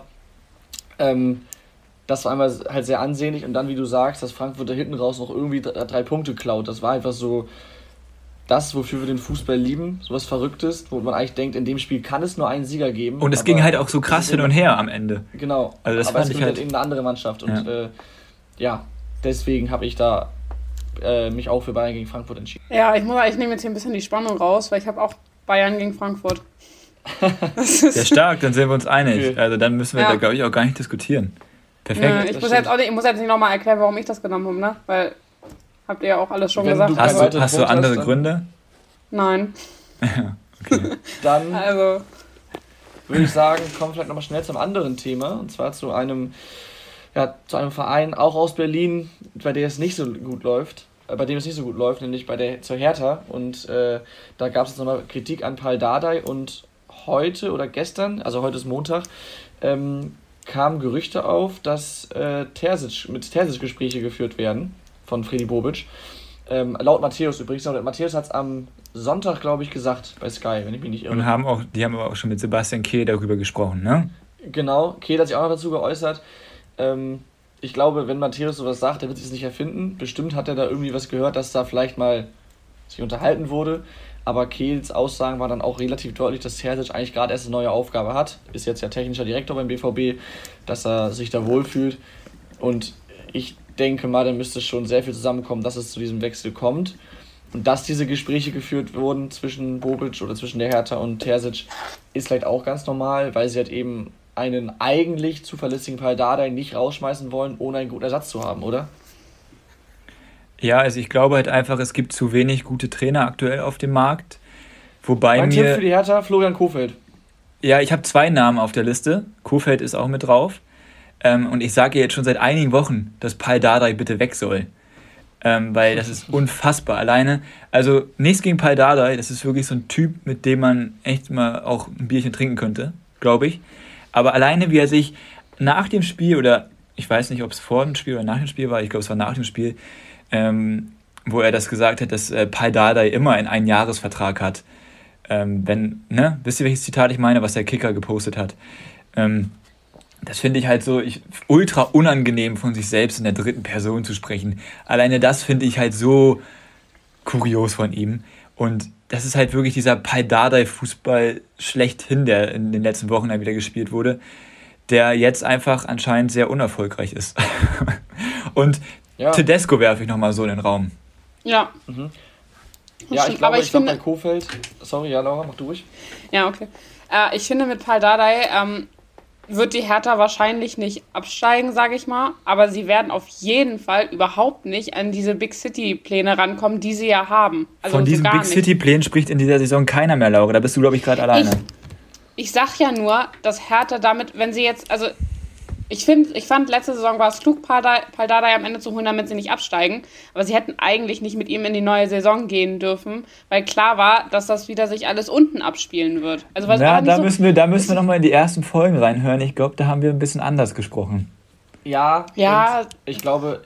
Das war einmal halt sehr ansehnlich und dann, wie du sagst, dass Frankfurt da hinten raus noch irgendwie 3 Punkte klaut. Das war einfach so das, wofür wir den Fußball lieben, sowas Verrücktes, wo man eigentlich denkt, in dem Spiel kann es nur einen Sieger geben. Und es ging halt auch so krass hin und her am Ende. Genau, also das aber fand es ich halt eben eine andere Mannschaft. Und deswegen habe ich da mich auch für Bayern gegen Frankfurt entschieden. Ja, ich nehme jetzt hier ein bisschen die Spannung raus, weil ich habe auch Bayern gegen Frankfurt. Sehr stark, dann sind wir uns einig. Okay. Also dann müssen wir da, glaube ich, auch gar nicht diskutieren. Perfekt. Ich muss jetzt nicht nochmal erklären, warum ich das genommen habe, ne? Weil habt ihr ja auch alles schon gesagt. Hast du andere Gründe? Nein. Okay. Dann würde ich sagen, kommen wir vielleicht nochmal schnell zum anderen Thema. Und zwar zu einem ja, zu einem Verein, auch aus Berlin, bei dem es nicht so gut läuft, nämlich zur Hertha. Und da gab es jetzt nochmal Kritik an Pal Dardai und heute oder gestern, also heute ist Montag, kamen Gerüchte auf, dass mit Terzic Gespräche geführt werden von Freddy Bobic. Laut Matthäus übrigens. Matthäus hat es am Sonntag, glaube ich, gesagt bei Sky, wenn ich mich nicht irre. Und die haben aber auch schon mit Sebastian Kehl darüber gesprochen, ne? Genau, Kehl hat sich auch noch dazu geäußert. Ich glaube, wenn Matthäus sowas sagt, der wird sich das nicht erfinden. Bestimmt hat er da irgendwie was gehört, dass da vielleicht mal sich unterhalten wurde. Aber Kehls Aussagen waren dann auch relativ deutlich, dass Terzic eigentlich gerade erst eine neue Aufgabe hat. Ist jetzt ja technischer Direktor beim BVB, dass er sich da wohlfühlt. Und ich denke mal, da müsste schon sehr viel zusammenkommen, dass es zu diesem Wechsel kommt. Und dass diese Gespräche geführt wurden zwischen Bobic oder zwischen der Hertha und Terzic, ist vielleicht auch ganz normal, weil sie halt eben einen eigentlich zuverlässigen Pal Dardai nicht rausschmeißen wollen, ohne einen guten Ersatz zu haben, oder? Ja, also ich glaube halt einfach, es gibt zu wenig gute Trainer aktuell auf dem Markt. Wobei mein Tipp für die Hertha, Florian Kohfeldt. Ja, ich habe 2 Namen auf der Liste. Kohfeldt ist auch mit drauf. Und ich sage jetzt schon seit einigen Wochen, dass Pal Dardai bitte weg soll. Weil das ist unfassbar. Alleine, also nichts gegen Pal Dardai, das ist wirklich so ein Typ, mit dem man echt mal auch ein Bierchen trinken könnte, glaube ich. Aber alleine, wie er sich nach dem Spiel, oder ich weiß nicht, ob es vor dem Spiel oder nach dem Spiel war, ich glaube, es war nach dem Spiel, wo er das gesagt hat, dass Pal Dardai immer einen Einjahresvertrag hat. Wisst ihr, welches Zitat ich meine, was der Kicker gepostet hat? Das finde ich halt so ultra unangenehm, von sich selbst in der dritten Person zu sprechen. Alleine das finde ich halt so kurios von ihm. Und das ist halt wirklich dieser Pal Dardai-Fußball schlechthin, der in den letzten Wochen dann wieder gespielt wurde, der jetzt einfach anscheinend sehr unerfolgreich ist. Und ja. Tedesco werfe ich nochmal so in den Raum. Ja. Mhm. Ja, ich glaube bei Kohfeldt... Sorry, ja, Laura, mach du ruhig. Ja, okay. Ich finde, mit Pal Dardai wird die Hertha wahrscheinlich nicht absteigen, sage ich mal. Aber sie werden auf jeden Fall überhaupt nicht an diese Big City-Pläne rankommen, die sie ja haben. Also von diesen Big City-Plänen spricht in dieser Saison keiner mehr, Laura. Da bist du, glaube ich, gerade alleine. Ich sag ja nur, dass Hertha damit, wenn sie jetzt... Also ich fand, letzte Saison war es klug, Pal Dardai am Ende zu holen, damit sie nicht absteigen. Aber sie hätten eigentlich nicht mit ihm in die neue Saison gehen dürfen, weil klar war, dass das wieder sich alles unten abspielen wird. Also, da müssen wir nochmal in die ersten Folgen reinhören. Ich glaube, da haben wir ein bisschen anders gesprochen. Ja. Ich glaube,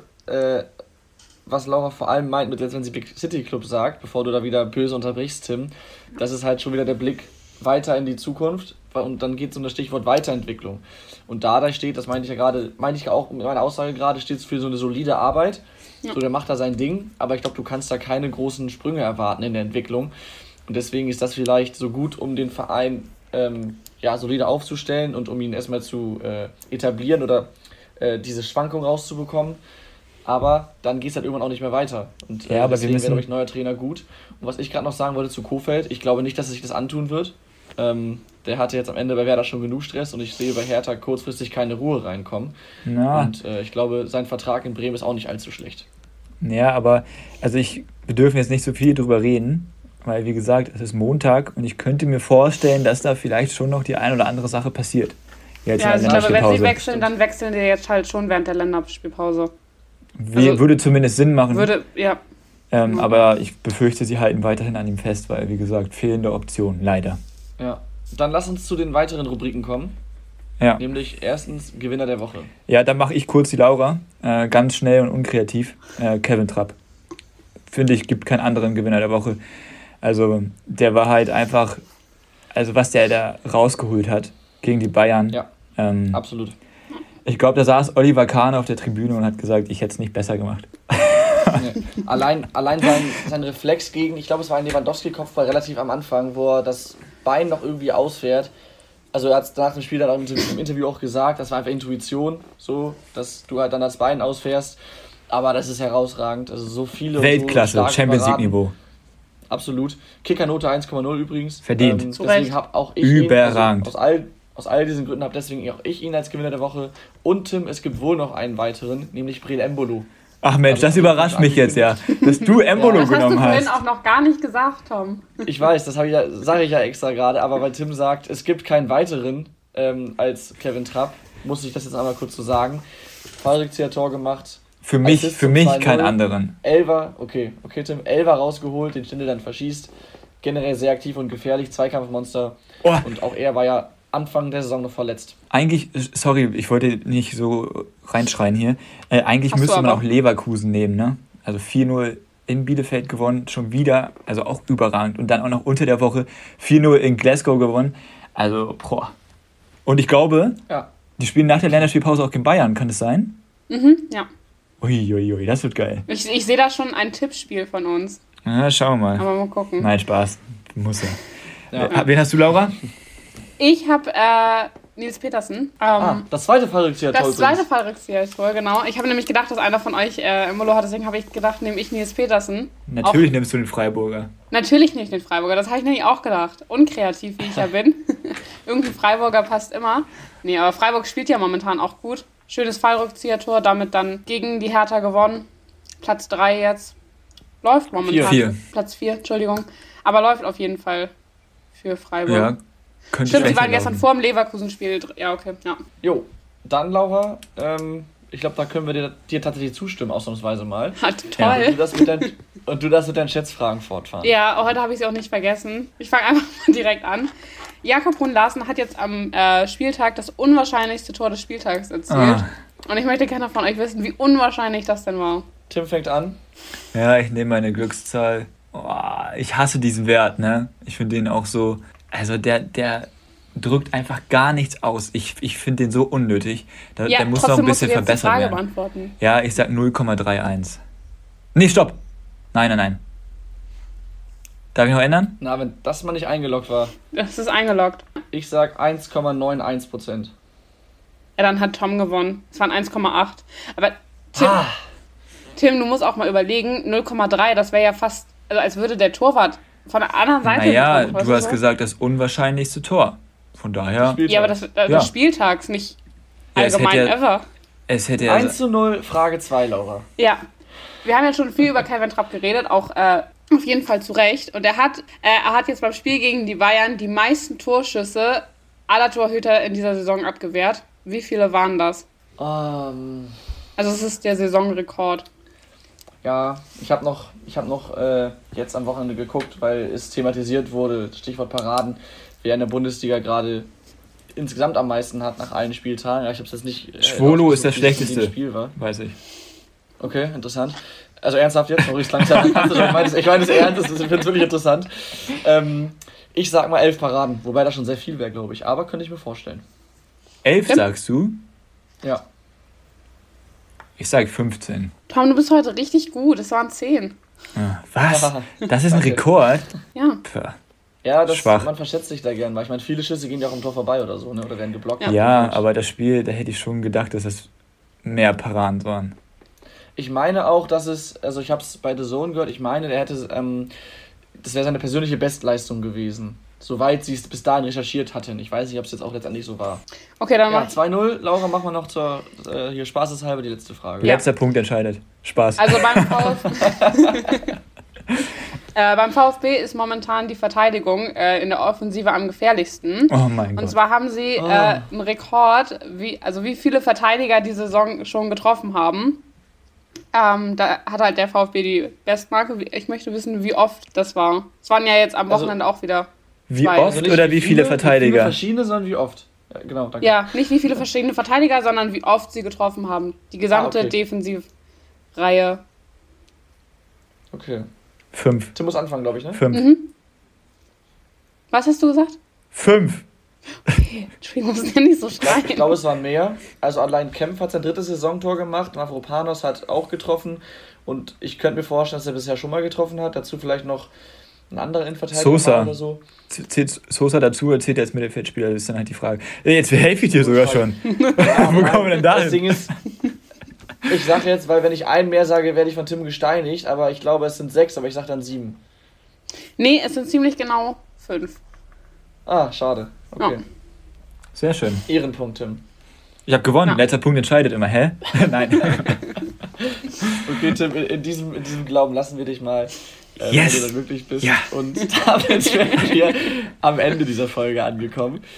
was Laura vor allem meint, wenn sie Big City Club sagt, bevor du da wieder böse unterbrichst, Tim, das ist halt schon wieder der Blick weiter in die Zukunft. Und dann geht es um das Stichwort Weiterentwicklung. Und da steht, das meinte ich ja auch mit meiner Aussage gerade, steht es für so eine solide Arbeit. Ja. So, der macht da sein Ding, aber ich glaube, du kannst da keine großen Sprünge erwarten in der Entwicklung. Und deswegen ist das vielleicht so gut, um den Verein solide aufzustellen und um ihn erstmal zu etablieren oder diese Schwankung rauszubekommen. Aber dann geht es halt irgendwann auch nicht mehr weiter. Und aber deswegen wäre, glaube ich, neuer Trainer gut. Und was ich gerade noch sagen wollte zu Kohfeldt, ich glaube nicht, dass er sich das antun wird. Der hatte jetzt am Ende bei Werder schon genug Stress und ich sehe bei Hertha kurzfristig keine Ruhe reinkommen. Ja. Und ich glaube, sein Vertrag in Bremen ist auch nicht allzu schlecht. Ja, aber wir dürfen jetzt nicht so viel drüber reden, weil wie gesagt, es ist Montag und ich könnte mir vorstellen, dass da vielleicht schon noch die ein oder andere Sache passiert. Jetzt ich glaube, wenn sie wechseln, dann wechseln die jetzt halt schon während der Länderspielpause. Würde zumindest Sinn machen. Ja. Aber ich befürchte, sie halten weiterhin an ihm fest, weil, wie gesagt, fehlende Option, leider. Ja, dann lass uns zu den weiteren Rubriken kommen. Ja. Nämlich erstens Gewinner der Woche. Ja, dann mache ich kurz die Laura. Ganz schnell und unkreativ. Kevin Trapp. Finde ich, gibt keinen anderen Gewinner der Woche. Also, der war halt einfach, was der da rausgeholt hat gegen die Bayern. Ja, absolut. Ich glaube, da saß Oliver Kahn auf der Tribüne und hat gesagt, ich hätte es nicht besser gemacht. Nee. Allein sein Reflex gegen, ich glaube, es war ein Lewandowski-Kopfball relativ am Anfang, wo er das Bein noch irgendwie ausfährt. Also er hat es nach dem Spiel dann im Interview auch gesagt, das war einfach Intuition, so, dass du halt dann das Bein ausfährst. Aber das ist herausragend. Also so viele Weltklasse, so Champions League-Niveau. Absolut. Kickernote 1,0 übrigens. Verdient. Deswegen habe auch ich Überragend. ihn, aus all diesen Gründen habe deswegen auch ich ihn als Gewinner der Woche. Und Tim, es gibt wohl noch einen weiteren, nämlich Breel Embolo. Ach Mensch, das überrascht mich jetzt ja, dass du Embolo genommen hast. Das hast du vorhin auch noch gar nicht gesagt, Tom. Ich weiß, das sage ich ja extra gerade, aber weil Tim sagt, es gibt keinen weiteren als Kevin Trapp. muss ich das jetzt einmal kurz so sagen. Fallrückzieher-Tor gemacht. Für mich keinen anderen. Elfer, okay, Tim, Elfer rausgeholt, den Stindl dann verschießt. Generell sehr aktiv und gefährlich, Zweikampfmonster. Oh. Und auch er war ja Anfang der Saison noch verletzt. Eigentlich, sorry, ich wollte nicht so reinschreien hier. Eigentlich müsste man auch Leverkusen nehmen, ne? Also 4-0 in Bielefeld gewonnen, schon wieder, also auch überragend. Und dann auch noch unter der Woche 4-0 in Glasgow gewonnen. Also, boah. Und ich glaube, die spielen nach der Länderspielpause auch gegen Bayern, kann das sein? Ja. Uiuiui, das wird geil. Ich sehe da schon ein Tippspiel von uns. Ja, schauen wir mal. Aber mal gucken. Nein, Spaß. Muss ja. Wen hast du, Laura? Ich habe Nils Petersen. Das zweite Fallrückzieher-Tor. Das zweite Fallrückzieher-Tor, genau. Ich habe nämlich gedacht, dass einer von euch im Molo hat, deswegen habe ich gedacht, nehme ich Nils Petersen. Natürlich nimmst du den Freiburger. Natürlich nehme ich den Freiburger, das habe ich nämlich auch gedacht. Unkreativ, wie ich ja bin. Irgendein Freiburger passt immer. Nee, aber Freiburg spielt ja momentan auch gut. Schönes Fallrückzieher-Tor, damit dann gegen die Hertha gewonnen. Platz 3 jetzt. Läuft momentan. 4. Platz 4, Entschuldigung. Aber läuft auf jeden Fall für Freiburg. Ja, könnte stimmt, die waren gestern vor dem Leverkusen-Spiel. Ja, okay, ja. Jo, dann Laura, ich glaube, da können wir dir tatsächlich zustimmen, ausnahmsweise mal. Toll. Ja. Und du darfst mit deinen Schätzfragen fortfahren. Ja, heute habe ich sie auch nicht vergessen. Ich fange einfach mal direkt an. Jakob Brun-Larsen hat jetzt am Spieltag das unwahrscheinlichste Tor des Spieltags erzielt. Und ich möchte gerne von euch wissen, wie unwahrscheinlich das denn war. Tim fängt an. Ja, ich nehme meine Glückszahl. Ich hasse diesen Wert, ne? Ich finde den auch so... Also der drückt einfach gar nichts aus. Ich finde den so unnötig. Der muss noch ein bisschen verbessert werden. Beantworten. Ja, ich sag 0,31. Nee, stopp. Nein. Darf ich noch ändern? Na, wenn das mal nicht eingeloggt war. Das ist eingeloggt. Ich sag 1,91%. Ja, dann hat Tom gewonnen. Es waren 1,8. Aber Tim, du musst auch mal überlegen, 0,3, das wäre ja fast, also als würde der Torwart von der anderen Seite... Naja, du hast gesagt, das unwahrscheinlichste Tor. Von daher... Ja, aber das Spieltags, nicht allgemein ever. Es hätte 1:0, Frage 2, Laura. Ja, wir haben ja schon viel über Kevin Trapp geredet, auch auf jeden Fall zu Recht. Und er hat jetzt beim Spiel gegen die Bayern die meisten Torschüsse aller Torhüter in dieser Saison abgewehrt. Wie viele waren das? Also es ist der Saisonrekord. Ja, ich hab noch jetzt am Wochenende geguckt, weil es thematisiert wurde, Stichwort Paraden, wer in der Bundesliga gerade insgesamt am meisten hat nach allen Spieltagen. Ja, ich hab's jetzt nicht... Schwolo ist das schlechteste, Spiel war. Weiß ich. Okay, interessant. Also ernsthaft jetzt? Sorry, langsam. Ich meine es ernst, ich finde es wirklich interessant. Ich sag mal 11 Paraden, wobei das schon sehr viel wäre, glaube ich. Aber könnte ich mir vorstellen. 11 sagst du? Ja. Ich sag 15. Tom, du bist heute richtig gut. Es waren 10. Was? Das ist ein Rekord? Ja. Ja, Schwach. Man verschätzt sich da gern, weil ich meine, viele Schüsse gehen ja auch am Tor vorbei oder so, ne? Oder werden geblockt. Ja, aber das Spiel, da hätte ich schon gedacht, dass es mehr Paraden waren. Ich meine auch, dass es, also ich habe es bei The Zone gehört, ich meine, der hätte, das wäre seine persönliche Bestleistung gewesen. Soweit sie es bis dahin recherchiert hatten. Ich weiß nicht, ob es jetzt auch letztendlich so war. Okay, dann ja, 2:0. Laura, machen wir noch zur, hier spaßeshalber die letzte Frage. Letzter Punkt entscheidet. Spaß. Also beim VfB ist momentan die Verteidigung in der Offensive am gefährlichsten. Oh mein Gott. Und zwar haben sie einen Rekord, wie viele Verteidiger die Saison schon getroffen haben. Da hat halt der VfB die Bestmarke. Ich möchte wissen, wie oft das war. Es waren ja jetzt am Wochenende auch wieder wie oft also oder wie viele Verteidiger? Wie viele verschiedene, sondern wie oft. Ja, genau, danke. Ja, nicht wie viele verschiedene Verteidiger, sondern wie oft sie getroffen haben. Die gesamte Defensivreihe. Okay. 5. Tim muss anfangen, glaube ich, ne? 5. Mhm. Was hast du gesagt? 5. Okay, Entschuldigung, muss ja nicht so schreien. Ich glaube, es waren mehr. Also allein Kempf hat sein 3. Saisontor gemacht, Mavropanos hat auch getroffen und ich könnte mir vorstellen, dass er bisher schon mal getroffen hat. Dazu vielleicht noch ein anderer Innenverteidiger Sosa oder so. Zählt Sosa dazu oder zählt er als Mittelfeldspieler? Das ist dann halt die Frage. Jetzt helfe ich dir sogar schon. Ja, wo kommen wir denn da hin? Das Ding ist, ich sage jetzt, weil wenn ich einen mehr sage, werde ich von Tim gesteinigt, aber ich glaube, es sind 6, aber ich sage dann 7. Nee, es sind ziemlich genau 5. Ah, schade. Okay. Ja. Sehr schön. Ehrenpunkt, Tim. Ich habe gewonnen. Ja. Letzter Punkt entscheidet immer. Hä? Nein. Okay, Tim, in diesem Glauben lassen wir dich mal, yes. wenn du dann wirklich bist. Ja. Und damit wären wir am Ende dieser Folge angekommen.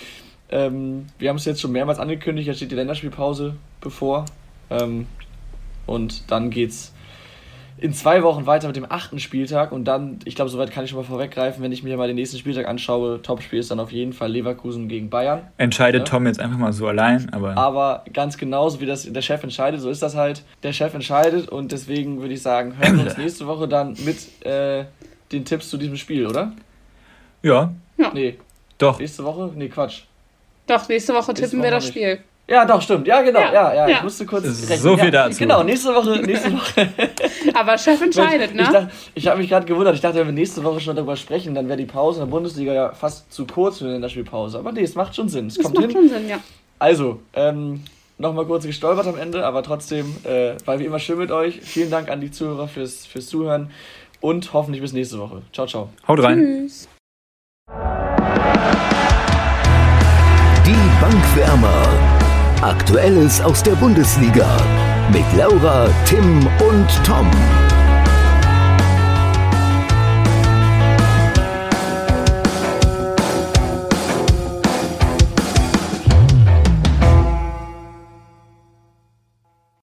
Wir haben es jetzt schon mehrmals angekündigt, jetzt steht die Länderspielpause bevor. Und dann geht's in 2 Wochen weiter mit dem 8. Spieltag. Und dann, ich glaube, soweit kann ich schon mal vorweggreifen, wenn ich mir mal den nächsten Spieltag anschaue, Topspiel ist dann auf jeden Fall Leverkusen gegen Bayern. Entscheidet Tom jetzt einfach mal so allein. Aber ganz genauso, wie das der Chef entscheidet, so ist das halt. Der Chef entscheidet und deswegen würde ich sagen, hören wir uns nächste Woche dann mit den Tipps zu diesem Spiel, oder? Ja. Nee. Doch. Nächste Woche? Nee, Quatsch. Doch, nächste Woche tippen wir das Spiel. Ja, doch, stimmt. Ja, genau. Ja. Ich musste kurz rechnen. So viel dazu. Genau, nächste Woche. Aber Chef entscheidet, ne? Ich habe mich gerade gewundert. Ich dachte, wenn wir nächste Woche schon darüber sprechen, dann wäre die Pause in der Bundesliga ja fast zu kurz für eine Länderspielpause. Aber nee, es macht schon Sinn. Es macht schon Sinn, ja. Also, nochmal kurz gestolpert am Ende, aber trotzdem war wie immer schön mit euch. Vielen Dank an die Zuhörer fürs Zuhören und hoffentlich bis nächste Woche. Ciao, ciao. Haut rein. Tschüss. Die Bankwärmer. Aktuelles aus der Bundesliga mit Laura, Tim und Tom.